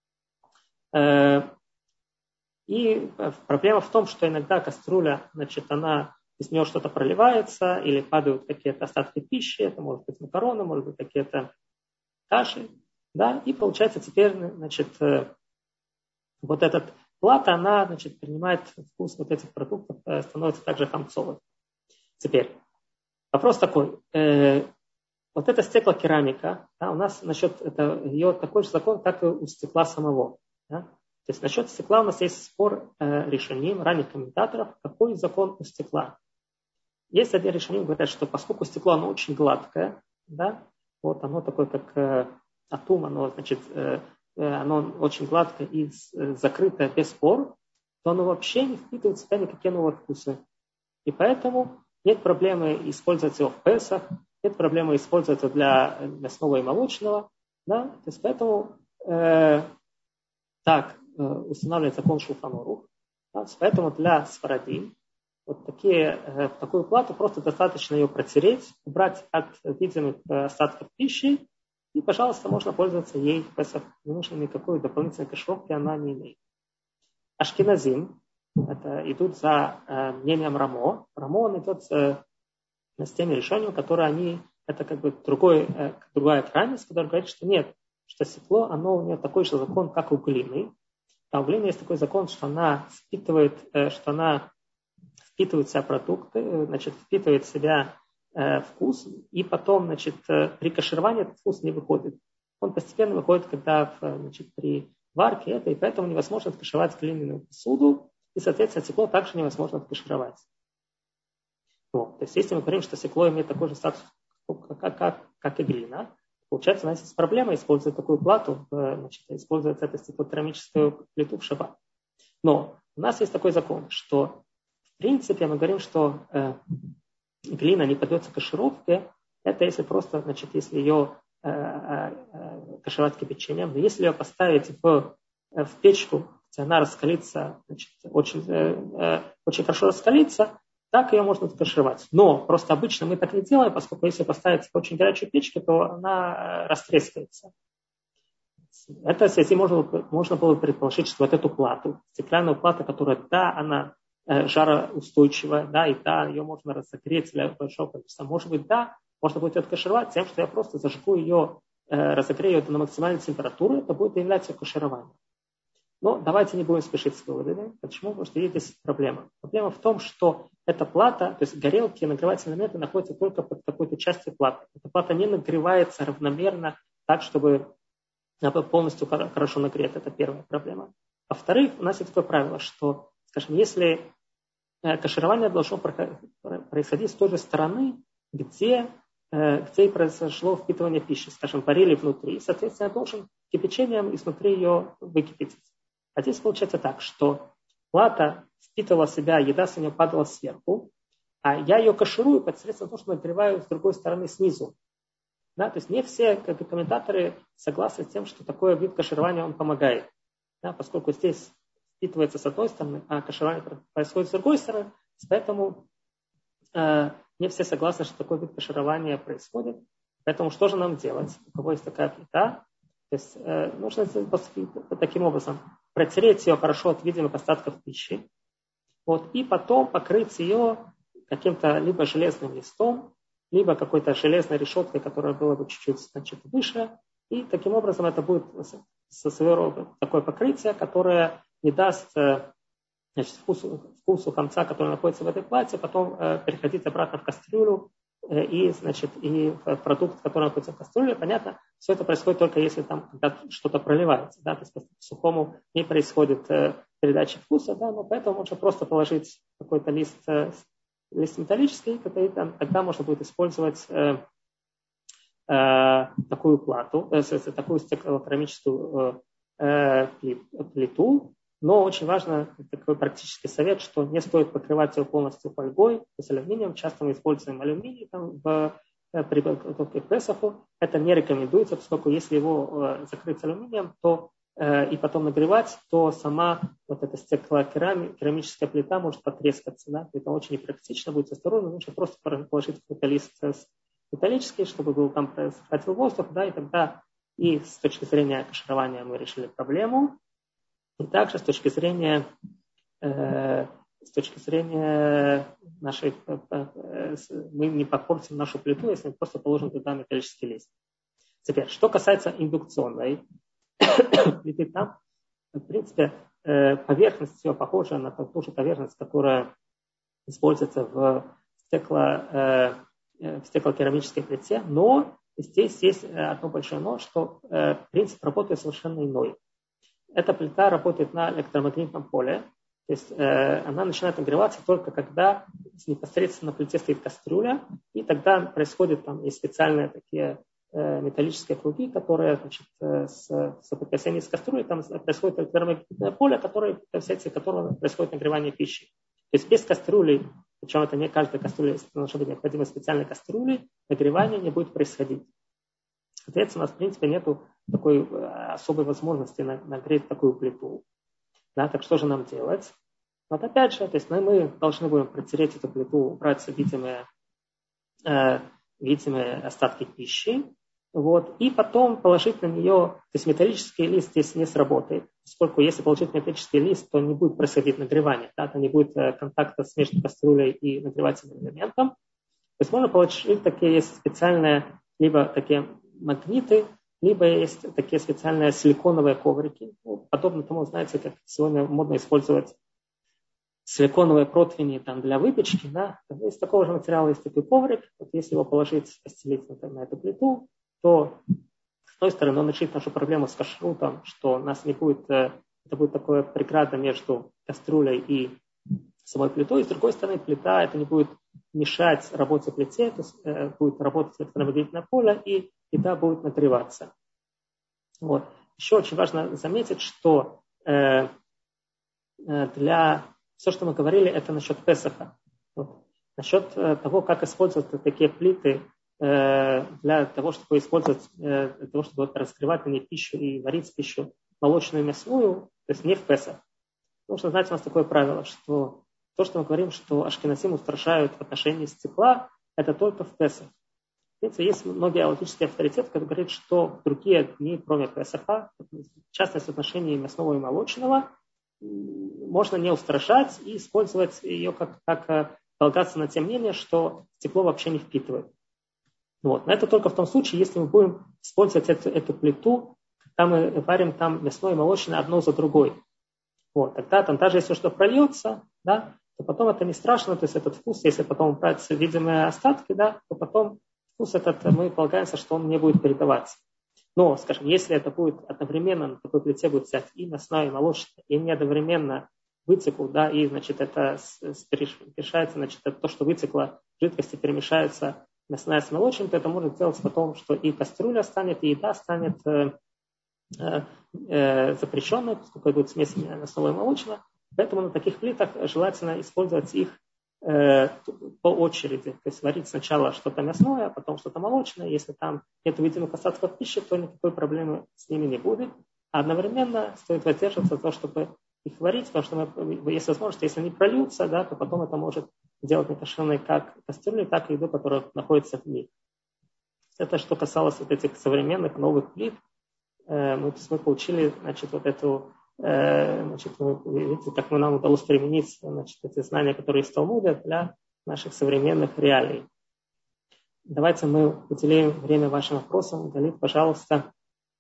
И проблема в том, что иногда кастрюля, значит, из нее что-то проливается, или падают какие-то остатки пищи, это может быть макароны, может быть какие-то каши, да, и получается теперь, значит, вот этот плата, она, значит, принимает вкус вот этих продуктов, становится также хамцовой. Теперь, вопрос такой. Вот эта стеклокерамика, да, у нас насчет ее такой же закон, как и у стекла самого. Да? То есть насчет стекла у нас есть спор решений ранних комментаторов, какой закон у стекла. Есть один решение, говорят, что поскольку стекло оно очень гладкое, да, вот оно такое, как атом, оно, значит, оно очень гладкое и закрытое без пор, то оно вообще не впитывает в себя никакие новые вкусы. И поэтому нет проблемы использовать его в Песах, нет проблемы использовать его для мясного и молочного. Да? То есть поэтому так устанавливается закон Шулхан Арух. Да? Поэтому для сфарадим вот такую плату просто достаточно ее протереть, убрать от видимых остатков пищи, и, пожалуйста, можно пользоваться ей в Песах. Не нужно никакой дополнительной кашировки, она не имеет. Ашкеназим, это идут за мнением Рамо. Рамо, он идет с теми решениями, которые это как бы другая крайность, которая говорит, что нет, что стекло, оно у нее такой же закон, как у глины. А у глины есть такой закон, что она впитывает в себя продукты, значит, впитывает в себя вкус, и потом, значит, при кашировании этот вкус не выходит. Он постепенно выходит, когда, значит, при варке и поэтому невозможно откашировать глиняную посуду, и, соответственно, стекло также невозможно откашировать. Вот. То есть, если мы говорим, что стекло имеет такой же статус, как и глина, получается, у нас есть проблема использовать такую плату, значит, использовать эту стеклокерамическую плиту в шаббат. Но у нас есть такой закон, что в принципе мы говорим, что глина не поддается кашировке, это если просто, значит, если ее кашировать кипячением, но если ее поставить в печку, где она раскалится, значит, очень хорошо раскалится, так ее можно кашировать. Но просто обычно мы так не делаем, поскольку если поставить в очень горячую печку, то она растрескается. Это, если можно было предположить, что вот эту плату, стеклянную плату, которая, да, она жароустойчивая, да, и да, ее можно разогреть для большого количества. Может быть, да, можно будет ее кашировать тем, что я просто зажгу ее, разогрею ее на максимальной температуре, это будет являться кашированием. Но давайте не будем спешить с выводами. Почему? Потому что есть проблема. Проблема в том, что эта плата, то есть горелки, нагревательные элементы находятся только под какой-то частью платы. Эта плата не нагревается равномерно так, чтобы она была полностью хорошо нагрета. Это первая проблема. Во-вторых, у нас есть такое правило, что, скажем, если каширование должно происходить с той же стороны, где и произошло впитывание пищи, скажем, варили внутри, соответственно, я должен кипячением изнутри ее выкипятить. А здесь получается так, что плата впитывала в себя, еда с нее падала сверху, а я ее каширую посредством того, что нагреваю с другой стороны снизу. Да, то есть не все комментаторы согласны с тем, что такой вид каширования он помогает. Да, поскольку здесь впитывается с одной стороны, а каширование происходит с другой стороны, поэтому не все согласны, что такой вид каширования происходит. Поэтому что же нам делать? У кого есть такая плита? То есть нужно таким образом протереть ее хорошо от видимых остатков пищи, вот, и потом покрыть ее каким-то либо железным листом, либо какой-то железной решеткой, которая была бы чуть-чуть, значит, выше. И таким образом это будет такое покрытие, которое не даст, значит, вкусу хамца, который находится в этой плате, потом переходить обратно в кастрюлю и, значит, и в продукт, который находится в кастрюле. Понятно, все это происходит только если там когда что-то проливается, да, то есть по сухому не происходит передачи вкуса, да, но поэтому можно просто положить какой-то лист металлический, и тогда можно будет использовать такую плату, такую стеклокерамическую плиту. Но очень важно, такой практический совет, что не стоит покрывать его полностью фольгой, то есть алюминием. Часто мы используем алюминий при подготовке к Песаху. Это не рекомендуется, поскольку если его закрыть алюминием, то и потом нагревать, то сама вот эта стеклокерамическая плита может потрескаться. Да? Это очень непрактично, будьте осторожны, нужно просто положить какой-то лист металлический, чтобы был там захватил воздух, да, и тогда и с точки зрения каширования мы решили проблему. И также с точки зрения нашей, мы не попортим нашу плиту, если мы просто положим туда металлический лист. Теперь, что касается индукционной плиты, там, в принципе, поверхность ее похожа на ту же поверхность, которая используется в стеклокерамической плите, но здесь есть одно большое но, что принцип работы совершенно иной. Эта плита работает на электромагнитном поле, то есть она начинает нагреваться только когда непосредственно на плите стоит кастрюля, и тогда происходят там и специальные такие металлические круги, которые, значит, с соприкосновением с кастрюлей, там происходит электромагнитное поле, вследствие которого происходит нагревание пищи. То есть без кастрюли, причем это не каждая кастрюля, должна быть необходима специальной кастрюли, нагревание не будет происходить. Соответственно, у нас в принципе нет такой особой возможности нагреть такую плиту. Да, так что же нам делать? Вот опять же, то есть мы должны будем протереть эту плиту, убрать видимые остатки пищи, вот, и потом положить на нее, то есть металлический лист здесь не сработает, поскольку если положить металлический лист, то не будет происходить нагревание, да, то не будет контакта между кастрюлей и нагревательным элементом. То есть можно положить такие есть специальные, либо такие магниты, либо есть такие специальные силиконовые коврики, подобно тому, знаете, как сегодня модно использовать силиконовые противни там, для выпечки, да, из такого же материала есть такой коврик, вот если его положить, постелить на эту плиту, то с одной стороны он решит нашу проблему с кашрутом, что у нас не будет, это будет такое преграда между кастрюлей и самой плитой, и с другой стороны плита это не будет мешать работе плите, то есть будет работать электромагнитное поле, и еда будет нагреваться. Вот. Еще очень важно заметить, что для все, что мы говорили, это насчет Песаха. Вот. Насчет того, как использовать такие плиты для того, чтобы использовать, для того, чтобы разогревать на ней пищу и варить пищу молочную и мясную, то есть не в Песах. Нужно знать у нас такое правило, что то, что мы говорим, что ашкеназим устрашают в отношении стекла, это только в Песах. Есть многие аллахические авторитеты, которые говорят, что в другие дни, кроме Песаха, в частности в отношении мясного и молочного, можно не устрашать и использовать ее как полагаться на те мнения, что стекло вообще не впитывает. Вот. Но это только в том случае, если мы будем использовать эту плиту, когда мы варим там мясное и молочное одно за другой. Вот. Тогда там даже если что прольется, да, то потом это не страшно, то есть этот вкус, если потом убрать видимые остатки, да, то потом вкус этот, мы полагаемся, что он не будет передаваться. Но, скажем, если это будет одновременно на такой плите будет взять и мясное, и молочное, и не одновременно выцекло, да, и, значит, это перемешается, значит, это то, что выцекло, жидкости перемешаются мясная с молочным, то это может сделать потом, что и кастрюля станет, и еда станет запрещенной, поскольку идут смеси мясного и молочного. Поэтому на таких плитах желательно использовать их по очереди. То есть варить сначала что-то мясное, а потом что-то молочное. Если там нет видимых остатков пищи, то никакой проблемы с ними не будет. А одновременно стоит воздерживаться от того, чтобы их варить, потому что есть возможность, если они прольются, да, то потом это может делать некошерной как кастрюли, так и еду, которая находится в них. Это что касалось вот этих современных новых плит. Мы получили, значит, вот эту, значит, видите, как нам удалось применить, значит, эти знания, которые из Талмуда, для наших современных реалий. Давайте мы уделим время вашим вопросам. Галит, пожалуйста.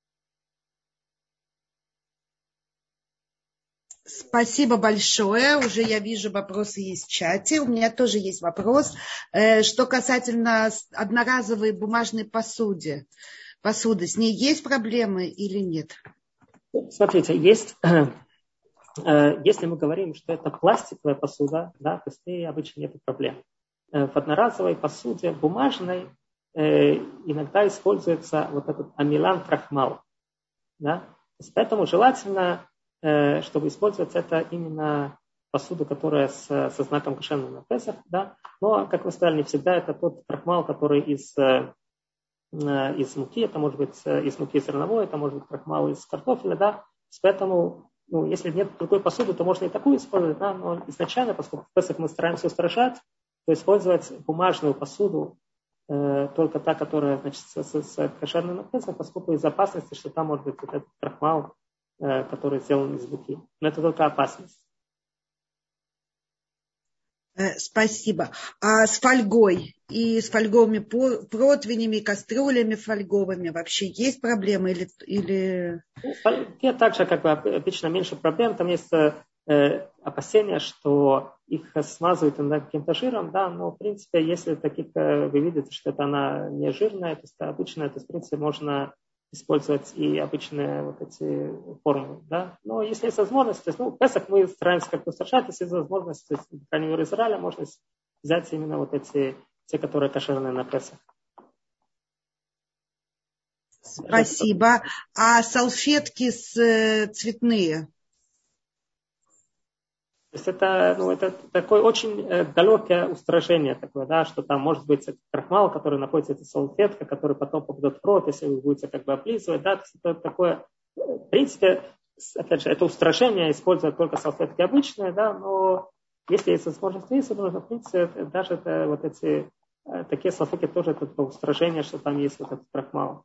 Спасибо большое. Уже я вижу, вопросы есть в чате. У меня тоже есть вопрос. Что касательно одноразовой бумажной посуды, с ней есть проблемы или нет? Смотрите, есть, если мы говорим, что это пластиковая посуда, да, то с ней обычно нет проблем. В одноразовой посуде бумажной иногда используется вот этот амилан крахмал. Да? Поэтому желательно, чтобы использовать это именно посуду, которая со знаком кошерного на Песах. Да? Но, как вы сказали, не всегда это тот крахмал, который из муки, это может быть из муки зерновой, это может быть крахмал из картофеля, да, поэтому, если нет другой посуды, то можно и такую использовать, да, но изначально, поскольку в Песах мы стараемся устрашать, то использовать бумажную посуду, только та, которая, значит, с кошерным написом, поскольку из опасности, что там может быть вот этот крахмал, который сделан из муки. Но это только опасность. Спасибо. А с фольгой и с фольговыми противнями, кастрюлями фольговыми вообще есть проблемы или... Ну, в фольге также, как бы, обычно меньше проблем. Там есть опасения, что их смазывают иногда каким-то жиром, да, но, в принципе, если вы видите, что это она не жирная, то есть обычно это, в принципе, можно использовать и обычные вот эти формы, да. Но если есть возможность, то есть, Песах мы стараемся как-то устражать, если есть возможность, то есть, по крайней мере, Израиля можно взять именно вот эти, те, которые кошерные на Песах. Спасибо. А салфетки цветные? То есть это такое очень далекое устражение такое, да, что там может быть крахмал, который находится, это салфетка, который потом попадет в рот, если вы будете как бы облизывать, да, то есть это такое, в принципе, опять же, это устражение используют только салфетки обычные, да, но если есть возможность, нужно, в принципе, даже это, вот эти такие салфетки тоже это устражение, что там есть вот этот крахмал.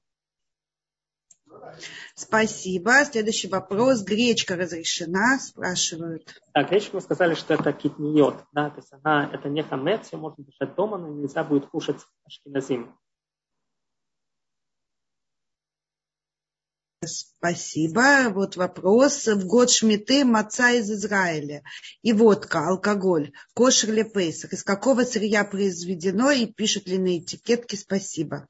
Спасибо. Следующий вопрос. Гречка разрешена, спрашивают. Да, гречка мы сказали, что это китниот, да, то есть это не хамец, ее можно держать дома, но нельзя будет кушать ашкеназим. Спасибо. Вот вопрос. В год Шмиты маца из Израиля и водка, алкоголь, кошер ли пейсах. Из какого сырья произведено и пишут ли на этикетке? Спасибо.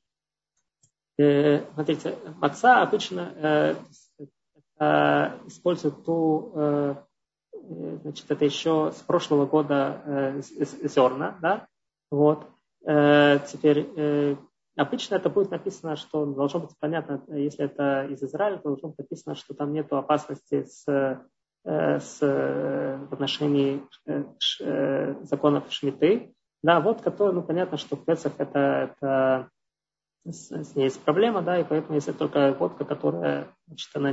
Смотрите, маца обычно используют значит, это еще с прошлого года зерна, да, вот. Теперь обычно это будет написано, что должно быть понятно, если это из Израиля, то должно быть написано, что там нет опасности в отношении законов Шмиты. Да, водка, то, понятно, что в Песах это с ней есть проблема, да, и поэтому если только водка, которая, значит, она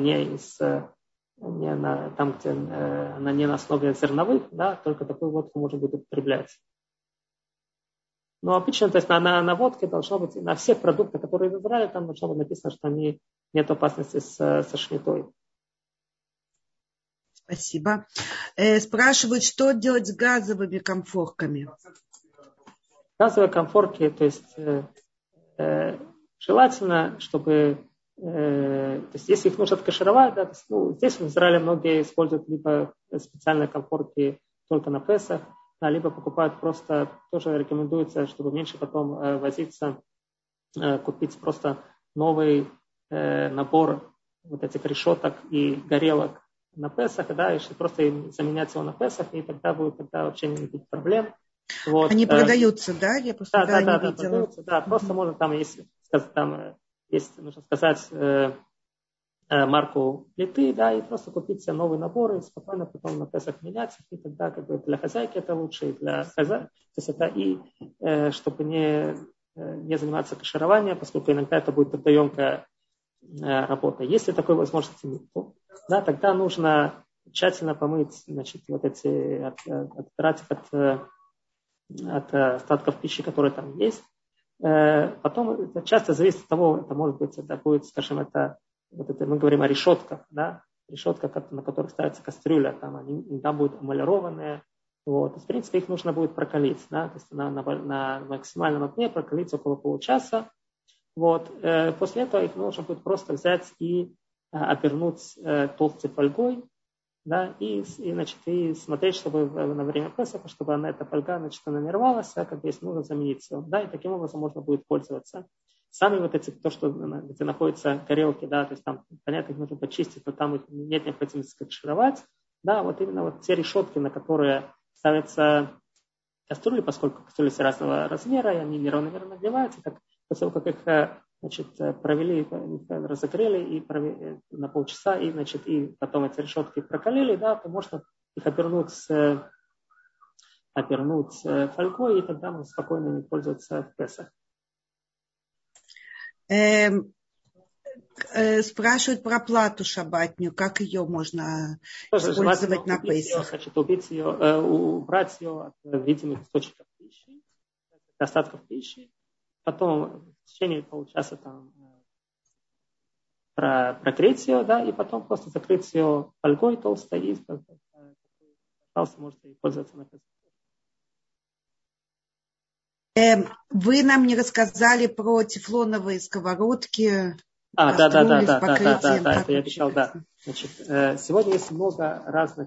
там, где она не на основе зерновых, да, только такую водку можно будет употреблять. Но обычно, то есть на водке должно быть, на всех продуктах, которые в Израиле, там должно быть написано, что нет опасности со шмитой. Спасибо. Спрашивают, что делать с газовыми комфорками? Газовые комфорки, то есть желательно, чтобы, то есть если их нужно откашировать, да, то есть, здесь в Израиле многие используют либо специальные комфорки только на Песах, да, либо покупают просто, тоже рекомендуется, чтобы меньше потом возиться, купить просто новый набор вот этих решеток и горелок на Песах, да, и просто заменять его на Песах, и тогда вообще никаких проблем. Вот. Они продаются, да? Я просто Да, не видела. продаются, да, просто можно там, нужно сказать марку плиты, да, и просто купить себе новый набор и спокойно потом на Песах менять, и тогда как бы для хозяйки это лучше, и для хозяйки, то есть это чтобы не заниматься кашированием, поскольку иногда это будет трудоемкая работа. Если такой возможности нет, да, тогда нужно тщательно помыть, значит, вот эти, отбирать от остатков пищи, которые там есть. Потом это часто зависит от того, это может быть, это будет, скажем, мы говорим о решетках, да, решетка, на которых ставится кастрюля, там они иногда будут эмалированные. Вот. В принципе, их нужно будет прокалить, да, то есть на максимальном огне прокалить около получаса. Вот. После этого их нужно будет просто взять и обернуть толстой фольгой, да, и смотреть, чтобы на время Песаха, чтобы эта фольга, значит, она не рвалась, а как бы если нужно заменить ее, да, и таким образом можно будет пользоваться. Сами вот эти, где находятся горелки, да, то есть там, понятно, их нужно почистить, но там их нет необходимости кашировать, да, вот именно вот те решетки, на которые ставятся кастрюли, поскольку кастрюли все разного размера, и они неравномерно нагреваются, после того, как их, значит, провели, разогрели и на полчаса, и, значит, и потом эти решетки прокалили, да, то можно их обернуть фольгой, и тогда можно спокойно ими пользоваться в Песах. Спрашивают про плату шаббатнюю, как ее можно тоже использовать на Песах. Значит, убрать ее от видимых источников пищи, остатков пищи, потом в течение получаса там прогреть ее, да, и потом просто закрыть ее фольгой толстой, и, пожалуйста, можете ей пользоваться на Песах. Вы нам не рассказали про тефлоновые сковородки, да, кастрюли с покрытием. Да, это я обещал, да. Значит, сегодня есть много разных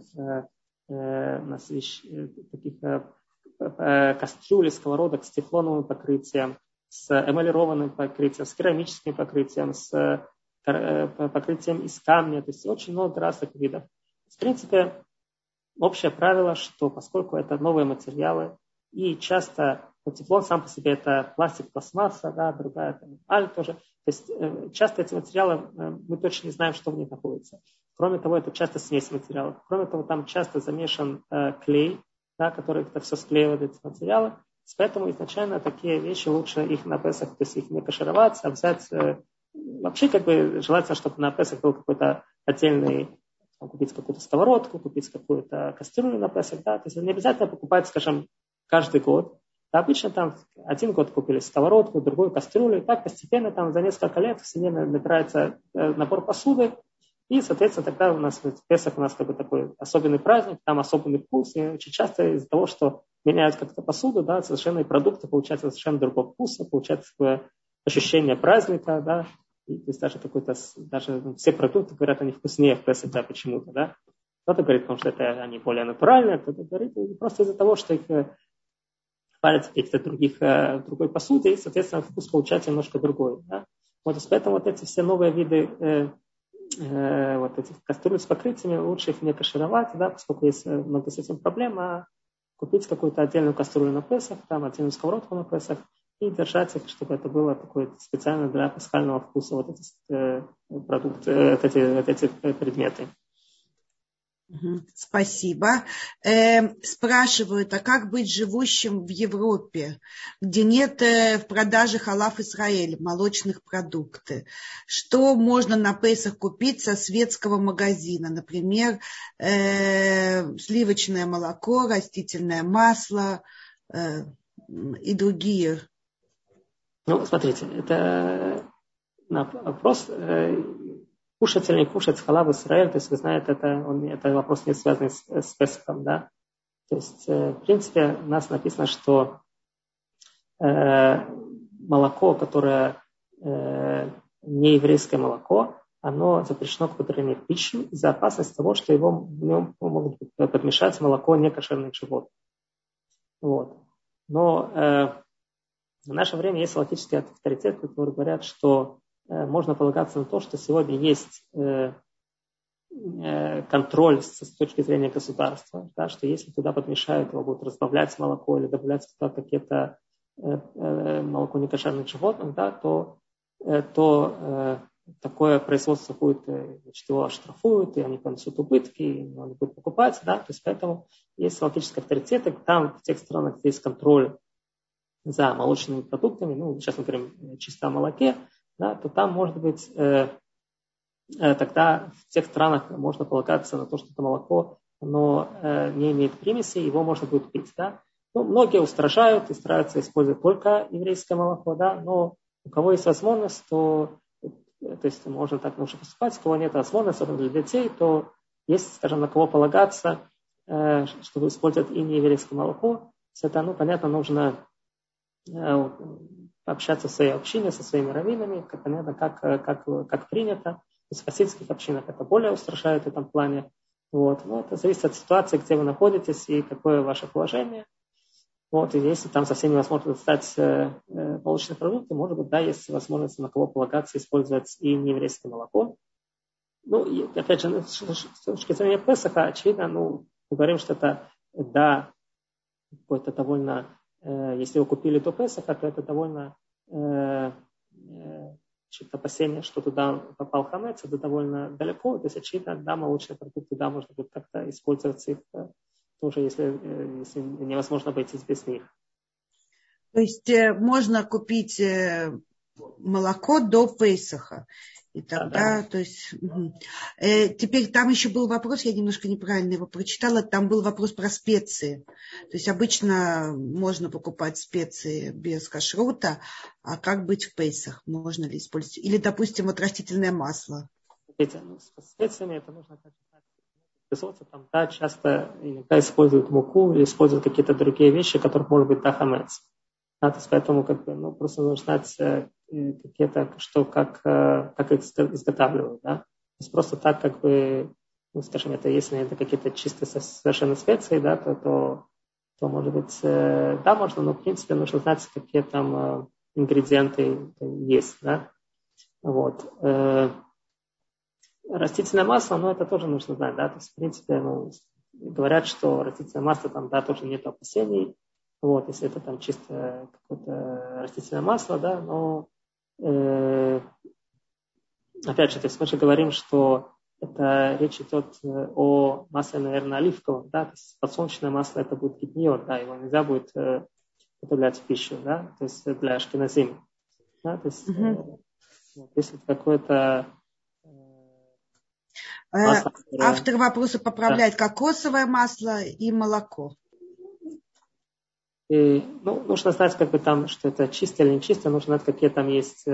таких кастрюль, сковородок с тефлоновым покрытием, с эмалированным покрытием, с керамическим покрытием, с покрытием из камня. То есть очень много разных видов. В принципе, общее правило, что поскольку это новые материалы, и часто тефлон сам по себе это пластик, пластмасса, да, другая аль тоже. То есть часто эти материалы, мы точно не знаем, что в них находится. Кроме того, это часто смесь материалов. Кроме того, там часто замешан клей, да, который это все склеивает, эти материалы. Поэтому изначально такие вещи лучше их на Песах, то есть их не кашировать, а взять. Вообще, желательно, чтобы на Песах был какой-то отдельный, купить какую-то сковородку, купить какую-то кастрюлю на Песах. Да? То есть не обязательно покупать, скажем, каждый год. Да, обычно там один год купили сковородку, другую кастрюлю, и так постепенно там за несколько лет в семье набирается набор посуды, и, соответственно, тогда у нас в Песах у нас такой особенный праздник, там особенный вкус, и очень часто из-за того, что меняют как-то посуду, да, совершенно и продукты получаются совершенно другого вкуса, получается такое ощущение праздника, да, и, то есть даже все продукты говорят, они вкуснее в Песах, да, почему-то, да. Кто-то говорит, потому что они более натуральные, кто-то говорит просто из-за того, что их парят в каких-то другой посуде, и, соответственно, вкус получается немножко другой, да. Вот, поэтому вот эти все новые виды вот этих кастрюль с покрытиями, лучше их не кашировать, да, поскольку есть много с этим проблем, а купить какую-то отдельную кастрюлю на Песах, там отдельную сковородку на Песах и держать их, чтобы это было такое специально для пасхального вкуса вот эти продукты, эти предметы. Спасибо. Спрашивают, а как быть живущим в Европе, где нет в продаже халав Исраэль, молочных продуктов? Что можно на Песах купить со светского магазина? Например, сливочное молоко, растительное масло и другие. Ну, смотрите, это вопрос... Кушать или не кушать халав Исраэль, то есть вы знаете, это вопрос не связанный с Песахом, да. То есть, в принципе, у нас написано, что молоко, которое не еврейское молоко, оно запрещено к употреблению в пищу из-за опасности того, что в нем могут подмешать молоко некошерных животных. Вот. Но в наше время есть логические авторитеты, которые говорят, что можно полагаться на то, что сегодня есть контроль с точки зрения государства, да, что если туда подмешают, его будут разбавлять молоко или добавлять туда какие-то молоко некошерных животных, да, то такое производство будет, значит, его оштрафуют, и они понесут убытки, и он будет покупать, да, то есть поэтому есть логические авторитеты, там в тех странах есть контроль за молочными продуктами, ну, сейчас мы говорим чисто о молоке, да, то там, может быть, тогда в тех странах можно полагаться на то, что это молоко, оно не имеет примеси, его можно будет пить. Да? Ну, многие устражают и стараются использовать только еврейское молоко, да, но у кого есть возможность, то есть можно так лучше поступать, у кого нет возможности, особенно для детей, то есть, скажем, на кого полагаться, чтобы использовать и не еврейское молоко. Все это, понятно, нужно общаться в своей общине со своими раввинами, понятно, как принято. То есть в хасидских общинах это более устрашает в этом плане. Вот. Но это зависит от ситуации, где вы находитесь и какое ваше положение. Вот. И если там совсем невозможно достать молочные продукты, может быть, да, есть возможность на кого полагаться использовать и нееврейское молоко. Ну, и, опять же, с точки зрения Песаха, очевидно, мы говорим, что это, да, какой-то довольно... Если вы купили до Песаха, то это довольно опасение, что туда попал хамец, это довольно далеко. То есть, очевидно, да, молочные продукты, да, можно будет как-то использовать их тоже, если невозможно обойтись без них. То есть можно купить молоко до Песаха. И тогда, да. То есть, теперь там еще был вопрос, я немножко неправильно его прочитала, там был вопрос про специи. То есть обычно можно покупать специи без кашрута, а как быть в Песах? Можно ли использовать? Или, допустим, вот растительное масло. Смотрите, с специями это нужно производство, там, да, часто иногда используют муку или используют какие-то другие вещи, которых может быть да, хамец. Да, то есть поэтому просто нужно знать как изготавливают. Да? То есть просто так скажем, если это какие-то чисто совершенно специи, да, то может быть, да, можно, но в принципе нужно знать, какие там ингредиенты есть. Да? Вот. Растительное масло, это тоже нужно знать, да, то есть, в принципе, говорят, что растительное масло, там, да, тоже нет опасений, вот, если это там чисто какое-то растительное масло, да, но, опять же, то есть мы же говорим, что это речь идет о масле, наверное, оливковом, да, то есть подсолнечное масло это будет гипниот, да, его нельзя будет употреблять в пищу, да, то есть для ашкеназим, да, то есть если это какое-то масло, автор вопроса поправляет кокосовое масло и молоко. И, нужно знать, что это чисто или не чисто, нужно знать, какие там есть,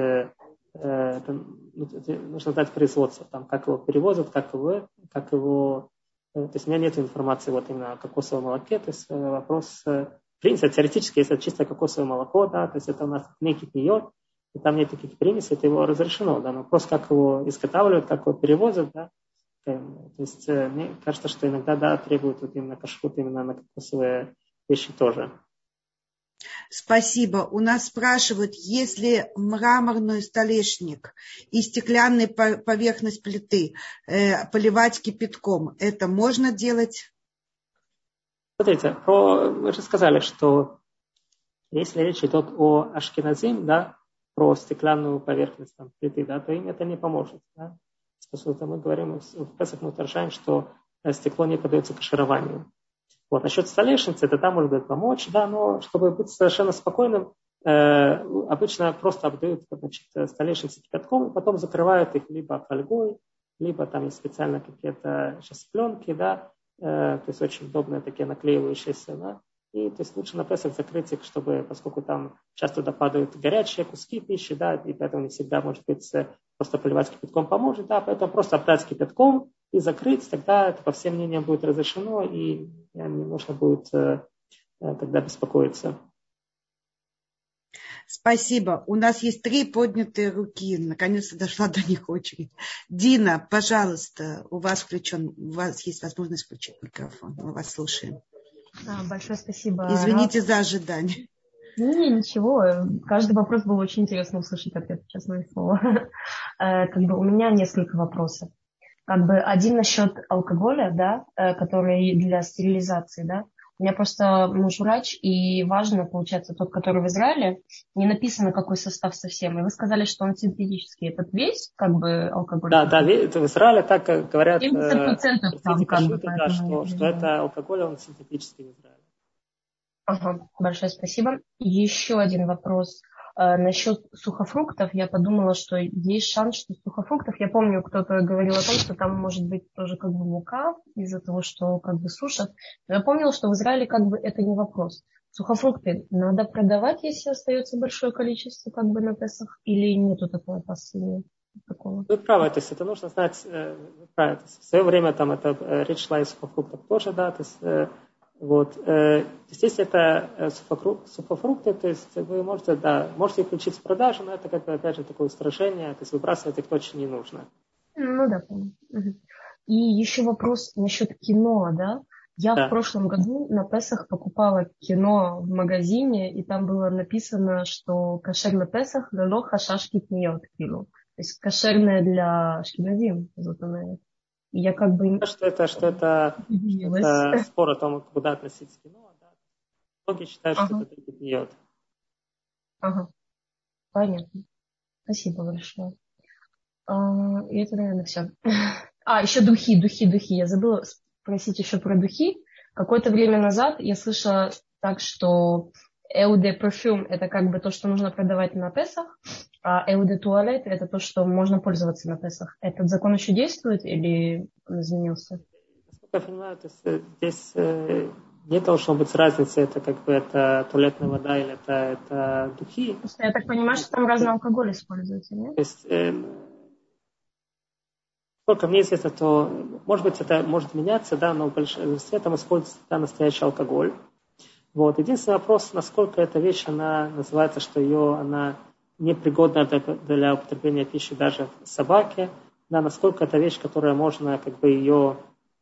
нужно знать производство, там, как его перевозят, как его, то есть у меня нет информации вот именно о кокосовом молоке, то есть вопрос, в принципе, теоретически, если это чисто кокосовое молоко, да, то есть это у нас некий пьет, и там нет таких примесей, это его разрешено, да, но просто как его изготавливают, как его перевозят, да, то есть мне кажется, что иногда, да, требуют вот именно кашрут именно на кокосовые вещи тоже. Спасибо. У нас спрашивают, если мраморный столешник и стеклянная поверхность плиты поливать кипятком, это можно делать? Смотрите, мы же сказали, что если речь идет о ашкеназим, да, про стеклянную поверхность там, плиты, да, то им это не поможет. Да. Поскольку мы говорим, в Песах мы утверждаем, что стекло не поддается кашированию. Вот. Насчет столешницы, это там может быть помочь, да, но чтобы быть совершенно спокойным, обычно просто обдают столешницы кипятком, и потом закрывают их либо фольгой, либо там есть специально какие-то сейчас пленки, да, то есть очень удобные такие наклеивающиеся, да, и то есть лучше на Песах закрыть их, поскольку там часто туда падают горячие куски пищи, да, и поэтому не всегда, может быть, просто поливать кипятком поможет, да, поэтому просто обдать кипятком и закрыть, тогда это по всем мнениям будет разрешено, и не нужно будет тогда беспокоиться. Спасибо. У нас есть 3 поднятые руки. Наконец-то дошла до них очередь. Дина, пожалуйста, у вас есть возможность включить микрофон. Мы вас слушаем. Большое спасибо. Извините за ожидание. Ничего. Каждый вопрос был очень интересно услышать ответ, честное слово. У меня несколько вопросов. Один насчет алкоголя, да, который для стерилизации, да. У меня просто муж врач, и важно, получается, тот, который в Израиле, не написано, какой состав совсем. И вы сказали, что он синтетический. Этот весь, алкоголь? Да, это в Израиле так говорят. 70% там, да, что это алкоголь, он синтетический в Израиле. Ага, большое спасибо. Еще один вопрос. Насчет сухофруктов, я подумала, что есть шанс, что сухофруктов, я помню, кто-то говорил о том, что там может быть тоже мука из-за того, что сушат. Но я помнила, что в Израиле это не вопрос. Сухофрукты надо продавать, если остается большое количество на Песах, или нету такой опасности? Вы правы, то есть это нужно знать, в свое время там речь шла из сухофруктов тоже, да, то есть вот. То есть, если это сухофрукты, то есть вы можете их включить в продажу, но это опять же такое устражение, то есть выбрасывать их точно не нужно. Да, понял. И еще вопрос насчет кино, да? Я в прошлом году на Песах покупала кино в магазине, и там было написано, что кошер на Песах лело хашаш китниот кино. То есть кошерное для ашкеназим. И я Что это спор о том, куда относить кино. Да? Многие считают, что это китниот. Ага, понятно. Спасибо большое. И это, наверное, все. Еще духи. Я забыла спросить еще про духи. Какое-то время назад я слышала так, что Эуде парфюм это то, что нужно продавать на Песах, а Эуде туалет это то, что можно пользоваться на Песах. Этот закон еще действует или он изменился? Насколько я понимаю, то есть здесь не должно быть разницы, это это туалетная вода или это духи. Просто я так понимаю, что там разный алкоголь используется, нет? То есть сколько мне известно, то, может быть, это может меняться, да, но в большинстве там используется настоящий алкоголь. Вот. Единственный вопрос, насколько эта вещь, она называется, что она непригодна для употребления пищи даже в собаке, да, насколько это вещь, которая можно как бы ее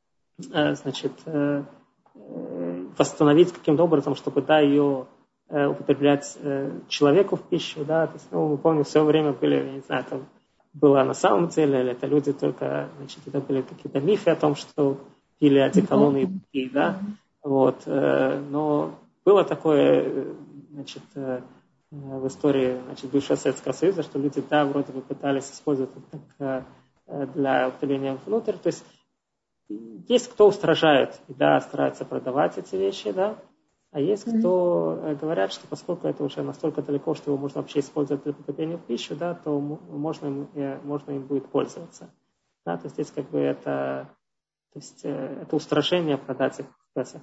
восстановить каким-то образом, чтобы ее употреблять человеку в пищу. Да. То есть, мы помним, в свое время были, я не знаю, там было на самом деле, или это люди только, это были какие-то мифы о том, что пили одеколоны и бутылки, да. Вот. Но было такое, в истории, бывшего Советского Союза, что люди, да, вроде бы пытались использовать это для употребления внутрь. То есть кто устражает и, да, старается продавать эти вещи, да, а есть кто говорят, что поскольку это уже настолько далеко, что его можно вообще использовать для употребления в пищу, да, то можно им будет пользоваться. Да, то есть здесь как бы это устражение продать их в Песах.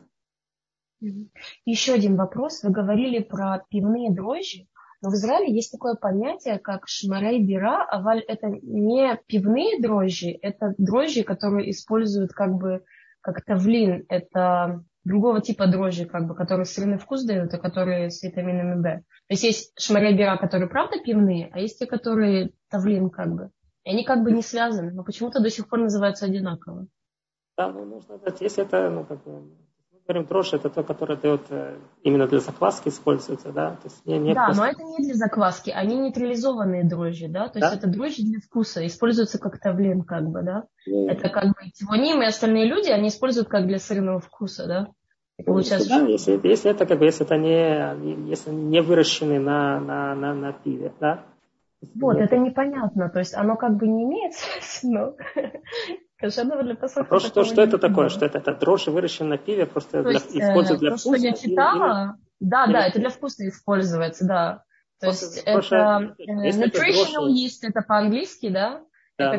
Еще один вопрос. Вы говорили про пивные дрожжи, но в Израиле есть такое понятие, как шмарей бира, а это не пивные дрожжи, это дрожжи, которые используют как тавлин, это другого типа дрожжи, которые сырный вкус дают, а которые с витаминами В. То есть шмарей бира, которые правда пивные, а есть те, которые тавлин И они не связаны, но почему-то до сих пор называются одинаково. Да, нужно дать, если это, мы говорим, дрожжи, это то, которое дает именно для закваски используется, да? То есть да, просто... но это не для закваски, они нейтрализованные дрожжи, да? То есть это дрожжи для вкуса, используются как тавлин, да? Это тивоним и остальные люди, они используют как для сырного вкуса, да? И получается, да, если это если это не выращенный на пиве, да? Вот, это непонятно, то есть оно не имеет смысла, но кошерного для Песаха. Вопрос, что это такое, что это дрожжи выращены на пиве, просто используют для вкуса? То, что я читала, да, это для вкуса используется, да. То есть это nutritional yeast, это по-английски, да? Это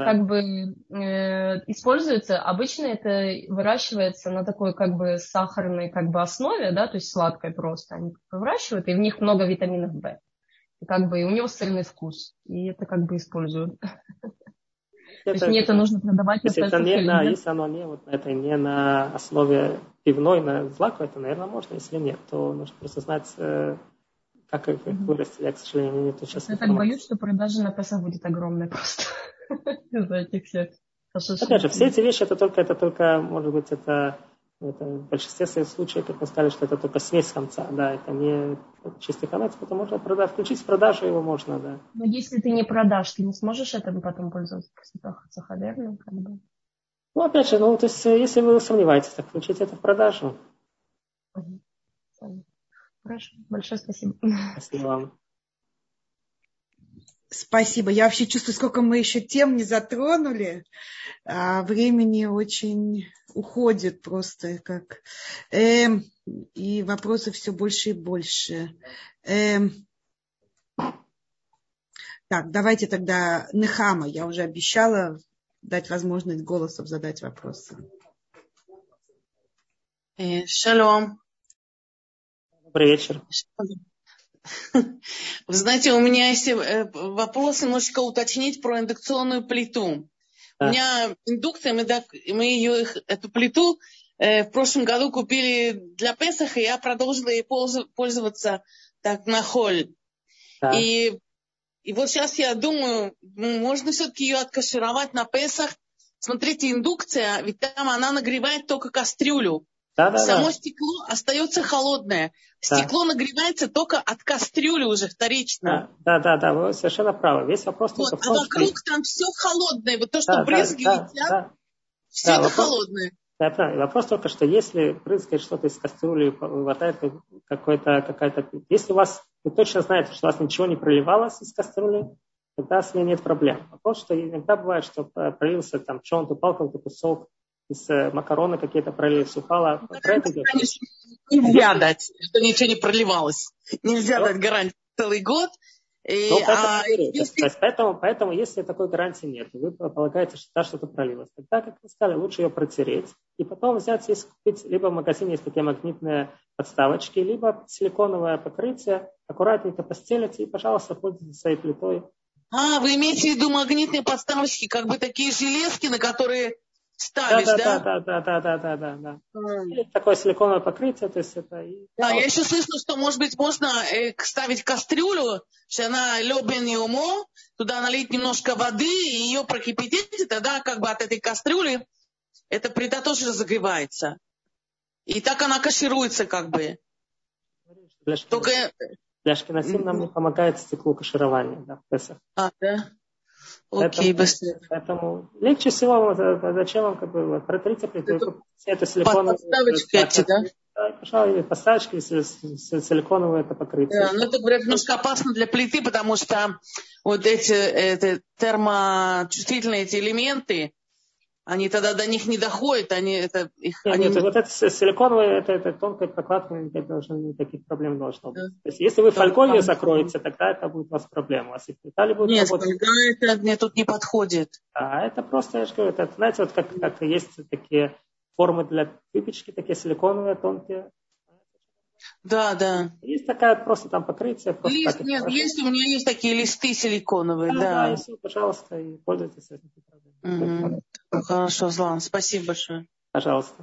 используется, обычно это выращивается на такой сахарной основе, да, то есть сладкой просто. Они выращивают, и в них много витаминов В. И у него сырный вкус. И это используют. То есть мне это нужно продавать на Песах. Если оно не на основе пивной, на злаковой, то, наверное, можно. Если нет, то нужно просто знать, как их вырастить. Я, к сожалению, не то сейчас. Я так боюсь, что продажа на Песах будет огромная просто. Из-за этих всех. Опять же, все эти вещи, это только, может быть, это в большинстве своих случаев, как мы сказали, что это только смесь хамца, да, это не чистый хамец, поэтому можно включить в продажу его можно, да. Но если ты не продашь, ты не сможешь этим потом пользоваться после Песаха, верно? Ну, опять же, то есть, если вы сомневаетесь, так включите это в продажу. Хорошо, большое спасибо. Спасибо вам. Спасибо. Я вообще чувствую, сколько мы еще тем не затронули. А времени очень уходит просто как. И вопросов все больше и больше. Так, давайте тогда Нехама. Я уже обещала дать возможность голосов задать вопросы. Шалом. Добрый вечер. Вы знаете, у меня есть вопрос немножечко уточнить про индукционную плиту. Да. У меня индукция, мы эту плиту в прошлом году купили для Песаха, и я продолжила ей пользоваться так на холь. Да. И вот сейчас я думаю, можно все-таки ее откашировать на Песах. Смотрите, индукция, ведь там она нагревает только кастрюлю. Само стекло остается холодное. Стекло нагревается только от кастрюли уже вторично. Да, вы совершенно правы. Весь вопрос только в том, вокруг там все холодное. Вот то, что брызги летят, все это холодное. Да, правильно. Вопрос только, что если брызгает что-то из кастрюли, хватает какая-то... Если вы точно знаете, что у вас ничего не проливалось из кастрюли, тогда с ней нет проблем. Вопрос, что иногда бывает, что пролился там что-то, упал какой-то кусок, из макароны какие-то пролились, упало. Нельзя дать, что ничего не проливалось. Нельзя дать гарантию целый год. Поэтому, если такой гарантии нет, вы полагаете, что что-то пролилось, тогда, как вы сказали, лучше ее протереть и потом взять, если купить, либо в магазине есть такие магнитные подставочки, либо силиконовое покрытие, аккуратненько постелите и, пожалуйста, пользуйтесь своей плитой. Вы имеете в виду магнитные подставочки, такие железки, на которые ставишь, да? Да. Или такое силиконовое покрытие, то есть это... Да, я еще слышала, что, может быть, можно ставить кастрюлю, что она лёбен и умо, туда налить немножко воды и ее прокипятить, и тогда как бы от этой кастрюли эта плита тоже разогревается. И так она кашируется как бы. Только... Для ашкеназим нам не помогает стекло каширования, да, в Песах. Да? Окей, поэтому легче всего, зачем вам как бы протрите плиту, это силиконовые. Подставочки эти, да? Да, пожалуй, подставочки, силиконовые это покрытие. Да, но это, говорят, немножко опасно для плиты, потому что вот эти термочувствительные эти элементы, они тогда до них не доходят, Нет, вот это силиконовые, это тонкая прокладка, никаких проблем не должно быть. Да. То есть, если вы фольгой ее закроете, тогда это будет у вас проблема. А если будет нет, фольга это мне тут не подходит. А это просто, я же говорю, это, знаете, вот как есть такие формы для выпечки, такие силиконовые, тонкие. Да. Есть такая просто там покрытие. Лист, нет, есть, у меня есть такие листы силиконовые, да. Да, и все, пожалуйста, и пользуйтесь этим. Хорошо, Злан, спасибо большое. Пожалуйста.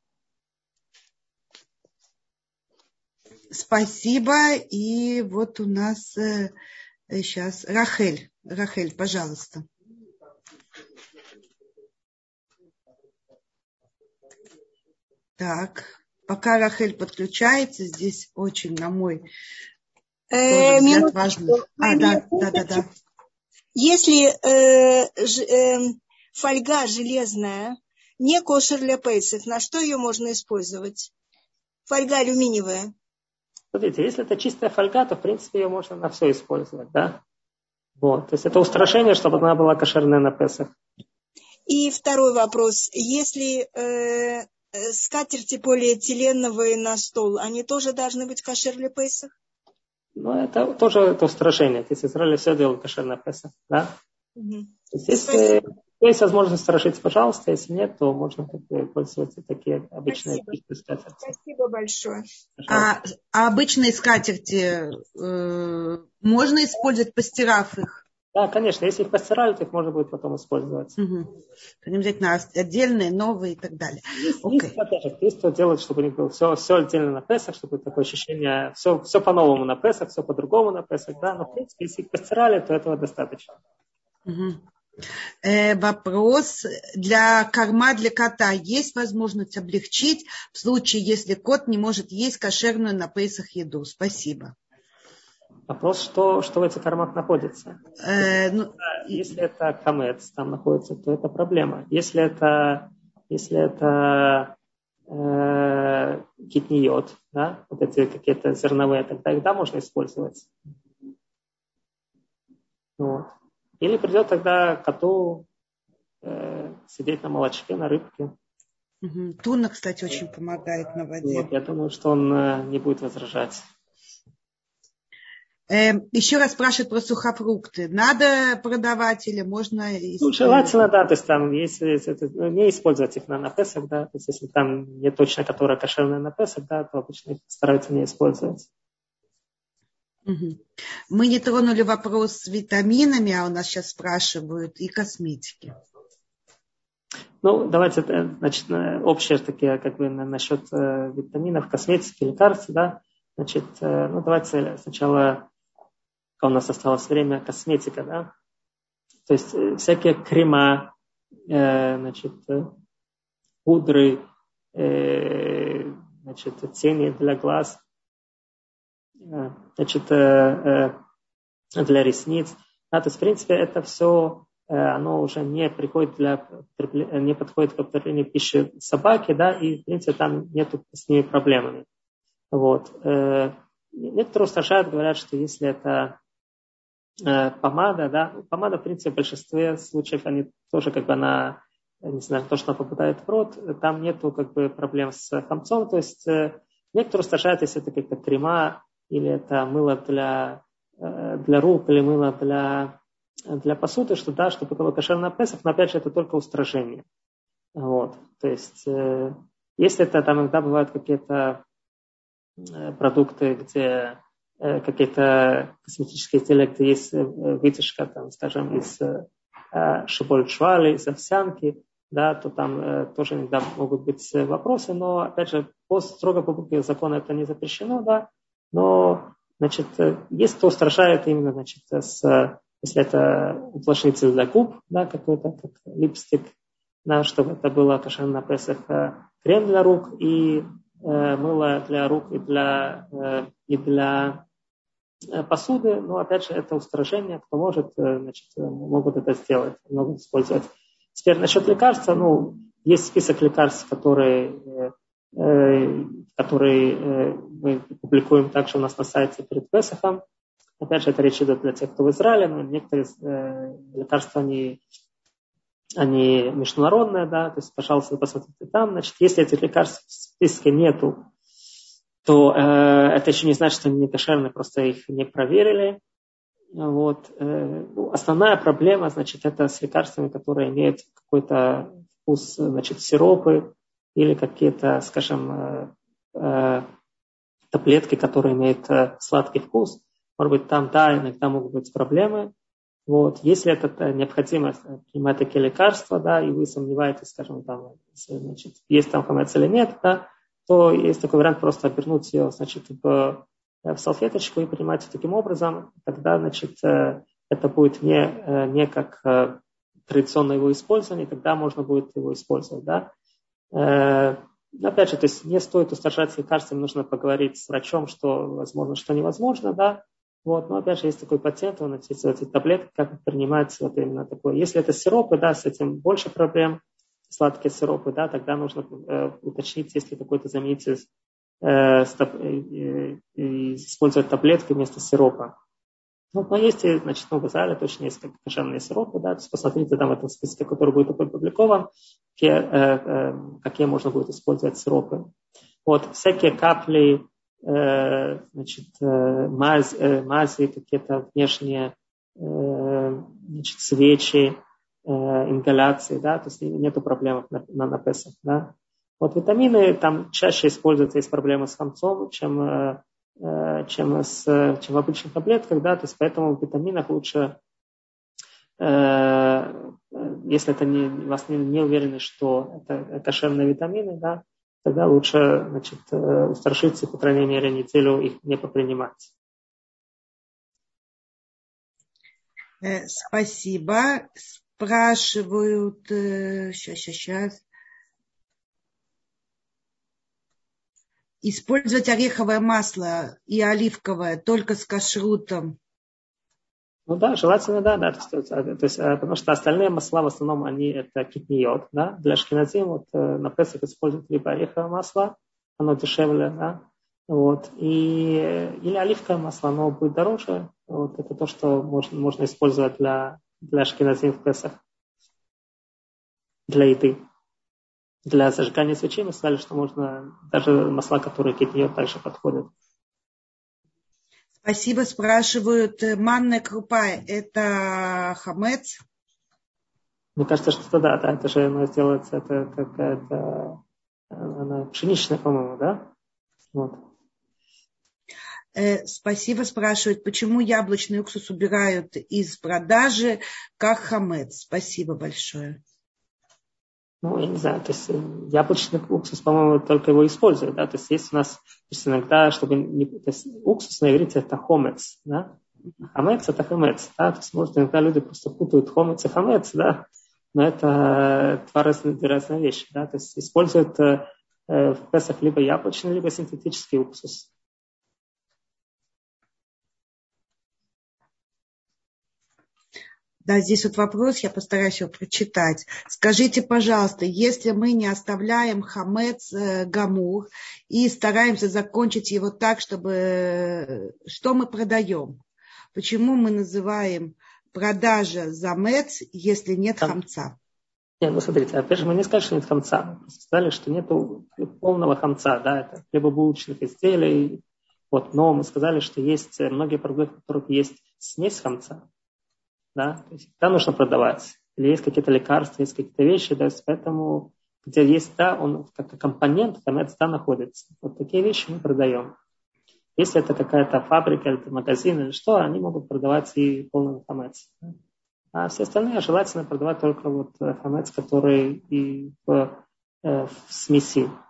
Спасибо. И вот у нас сейчас Рахель. Рахель, пожалуйста. Так, пока Рахель подключается, здесь очень, на мой взгляд, важно. Да. Если фольга железная, не кошер для пейсов, на что ее можно использовать? Фольга алюминиевая. Смотрите, если это чистая фольга, то, в принципе, ее можно на все использовать, да? Вот, то есть это устрашение, чтобы она была кошерная на Песах. И второй вопрос. Если скатерти полиэтиленовые на стол, они тоже должны быть кошер для Песах? Ну, это тоже это устрашение. То есть Израиль все делает кошер на Песах, да? Угу. Если есть возможность страшиться, пожалуйста. Если нет, то можно пользоваться такие обычные скатерти. Спасибо большое. А обычные скатерти можно использовать, постирав их? Да, конечно. Если их постирали, то их можно будет потом использовать. Угу. Обязательно отдельные, новые и так далее. Есть то делать, чтобы не было все отдельно на Песах, чтобы такое ощущение, все по-новому на Песах, все по-другому на Песах. Да? Но, в принципе, если их постирали, то этого достаточно. Угу. Вопрос. Для корма для кота есть возможность облегчить в случае, если кот не может есть кошерную на Песах еду? Спасибо. Вопрос, что в этих кормах находится. Если это камец там находится, то это проблема. Если это китниот, да, вот эти какие-то зерновые, тогда можно использовать. Вот. Или придет тогда коту сидеть на молочке, на рыбке. Угу. Туна, кстати, очень помогает на воде. Вот, я думаю, что он не будет возражать. Еще раз спрашивают про сухофрукты. Надо продавать или можно... желательно, да, то есть там если не использовать их на Песах, да, то есть если там не точно, которая кошерная на Песах, да, то обычно их стараются не использовать. Угу. Мы не тронули вопрос с витаминами, а у нас сейчас спрашивают, и косметики. Ну, давайте, значит, общие такие, как бы, насчет витаминов, косметики, лекарств, да. Значит, давайте сначала, у нас осталось время, косметика, да. То есть всякие крема, значит, пудры, значит, тени для глаз, значит, для ресниц. Да, то есть, в принципе, это все, оно уже не подходит к употреблению пищи собаки, да, и, в принципе, там нету с ними проблемами. Вот. Некоторые устрашают, говорят, что если это помада, да, помада, в принципе, в большинстве случаев, они тоже, как бы, она, не знаю, то, что она попадает в рот, там нету, как бы, проблем с хамцом, то есть некоторые устрашают, если это как-то крема, или это мыло для рук, или мыло для посуды, что да, чтобы было кошерное на Песах, но опять же это только устражение. Вот. То есть, если это там иногда бывают какие-то продукты, где какие-то косметические изделия, где есть вытяжка, там, скажем, из шиболь-швали, из овсянки, да, то там тоже иногда могут быть вопросы, но, опять же, строго по букве закона это не запрещено, да, но, значит, есть кто устражает именно, значит, если это увлажнитель для губ, да, какой-то, как липстик, да, чтобы это было кошерно на Песах, крем для рук и мыло для рук и для посуды, но опять же это устражение, кто может, значит, могут это сделать, могут использовать. Теперь насчет лекарства, есть список лекарств, которые мы публикуем также у нас на сайте перед Песахом. Опять же, это речь идет для тех, кто в Израиле, но некоторые лекарства, они международные, да, то есть, пожалуйста, посмотрите там. Значит, если этих лекарств в списке нету, то это еще не значит, что они не кошерные, просто их не проверили. Вот. Основная проблема, значит, это с лекарствами, которые имеют какой-то вкус, значит, сиропы или какие-то, скажем, таблетки, которые имеют сладкий вкус. Может быть, там, да, иногда могут быть проблемы. Вот. Если это необходимо принимать такие лекарства, да, и вы сомневаетесь, скажем, там, значит, есть там хамец или нет, да, то есть такой вариант просто обернуть ее, значит, в салфеточку и принимать ее таким образом. Тогда, значит, это будет не как традиционное его использование, тогда можно будет его использовать, да. Опять же, то есть не стоит устражать лекарствами, нужно поговорить с врачом, что возможно, что невозможно, да. Вот, но опять же, есть такой пациент, он эти таблетки, как принимать вот именно такое. Если это сиропы, да, с этим больше проблем, сладкие сиропы, да, тогда нужно уточнить, если какой-то заменитель использовать таблетки вместо сиропа. Но есть, значит, в Израиле точно есть кошерные сиропы, да, то есть посмотрите там в этом списке, который будет опубликован, какие можно будет использовать сиропы. Вот, всякие капли, значит, мази, какие-то внешние, значит, свечи, ингаляции, да, то есть нету проблем на Песах, да. Вот витамины там чаще используются, есть проблемы с хамцом, чем в обычных таблетках, да, то есть поэтому в витаминах лучше, если это вас не уверены, что это кошерные витамины, да, тогда лучше, значит, устрашиться, по крайней мере, неделю их не попринимать. Спасибо. Спрашивают, сейчас. Использовать ореховое масло и оливковое только с кашрутом. Ну да, желательно, да, то есть, потому что остальные масла в основном они это китниот, да, для ашкеназим вот на Песах используют либо ореховое масло, оно дешевле, да, вот, или оливковое масло, оно будет дороже, вот, это то, что можно использовать для ашкеназим в Песах, для еды. Для зажигания свечей мы сказали, что можно даже масла, которые китниот, также подходят. Спасибо. Спрашивают, манная крупа – это хамец? Мне кажется, что да, это же она делается, это какая-то, она пшеничная, по-моему, да? Вот. Спасибо. Спрашивают, почему яблочный уксус убирают из продажи как хамец? Спасибо большое. Я не знаю, то есть яблочный уксус, по-моему, только его используют, да, то есть у нас, то есть иногда, чтобы не, то есть уксус на иврите это хомец, да, хамец это хамец, да, то есть может иногда люди просто путают хомец и хамец, да, но это две разные вещи, да, то есть используют в Песах либо яблочный, либо синтетический уксус. Да, здесь вот вопрос, я постараюсь его прочитать. Скажите, пожалуйста, если мы не оставляем хамец гамур и стараемся закончить его так, чтобы... Что мы продаем? Почему мы называем продажа замец, если нет хамца? Нет, смотрите, опять же, мы не сказали, что нет хамца. Мы сказали, что нет полного хамца, да, это хлебобулочных изделий. Вот, но мы сказали, что есть многие продукты, в которых есть смесь хамца. Да, то есть там нужно продавать. Или есть какие-то лекарства, есть какие-то вещи, да, поэтому где есть, да, он как компонент, хамец, да, находится. Вот такие вещи мы продаем. Если это какая-то фабрика или магазин или что, они могут продавать и полный хамец. Да. А все остальные желательно продавать только вот хамец, который и в смеси.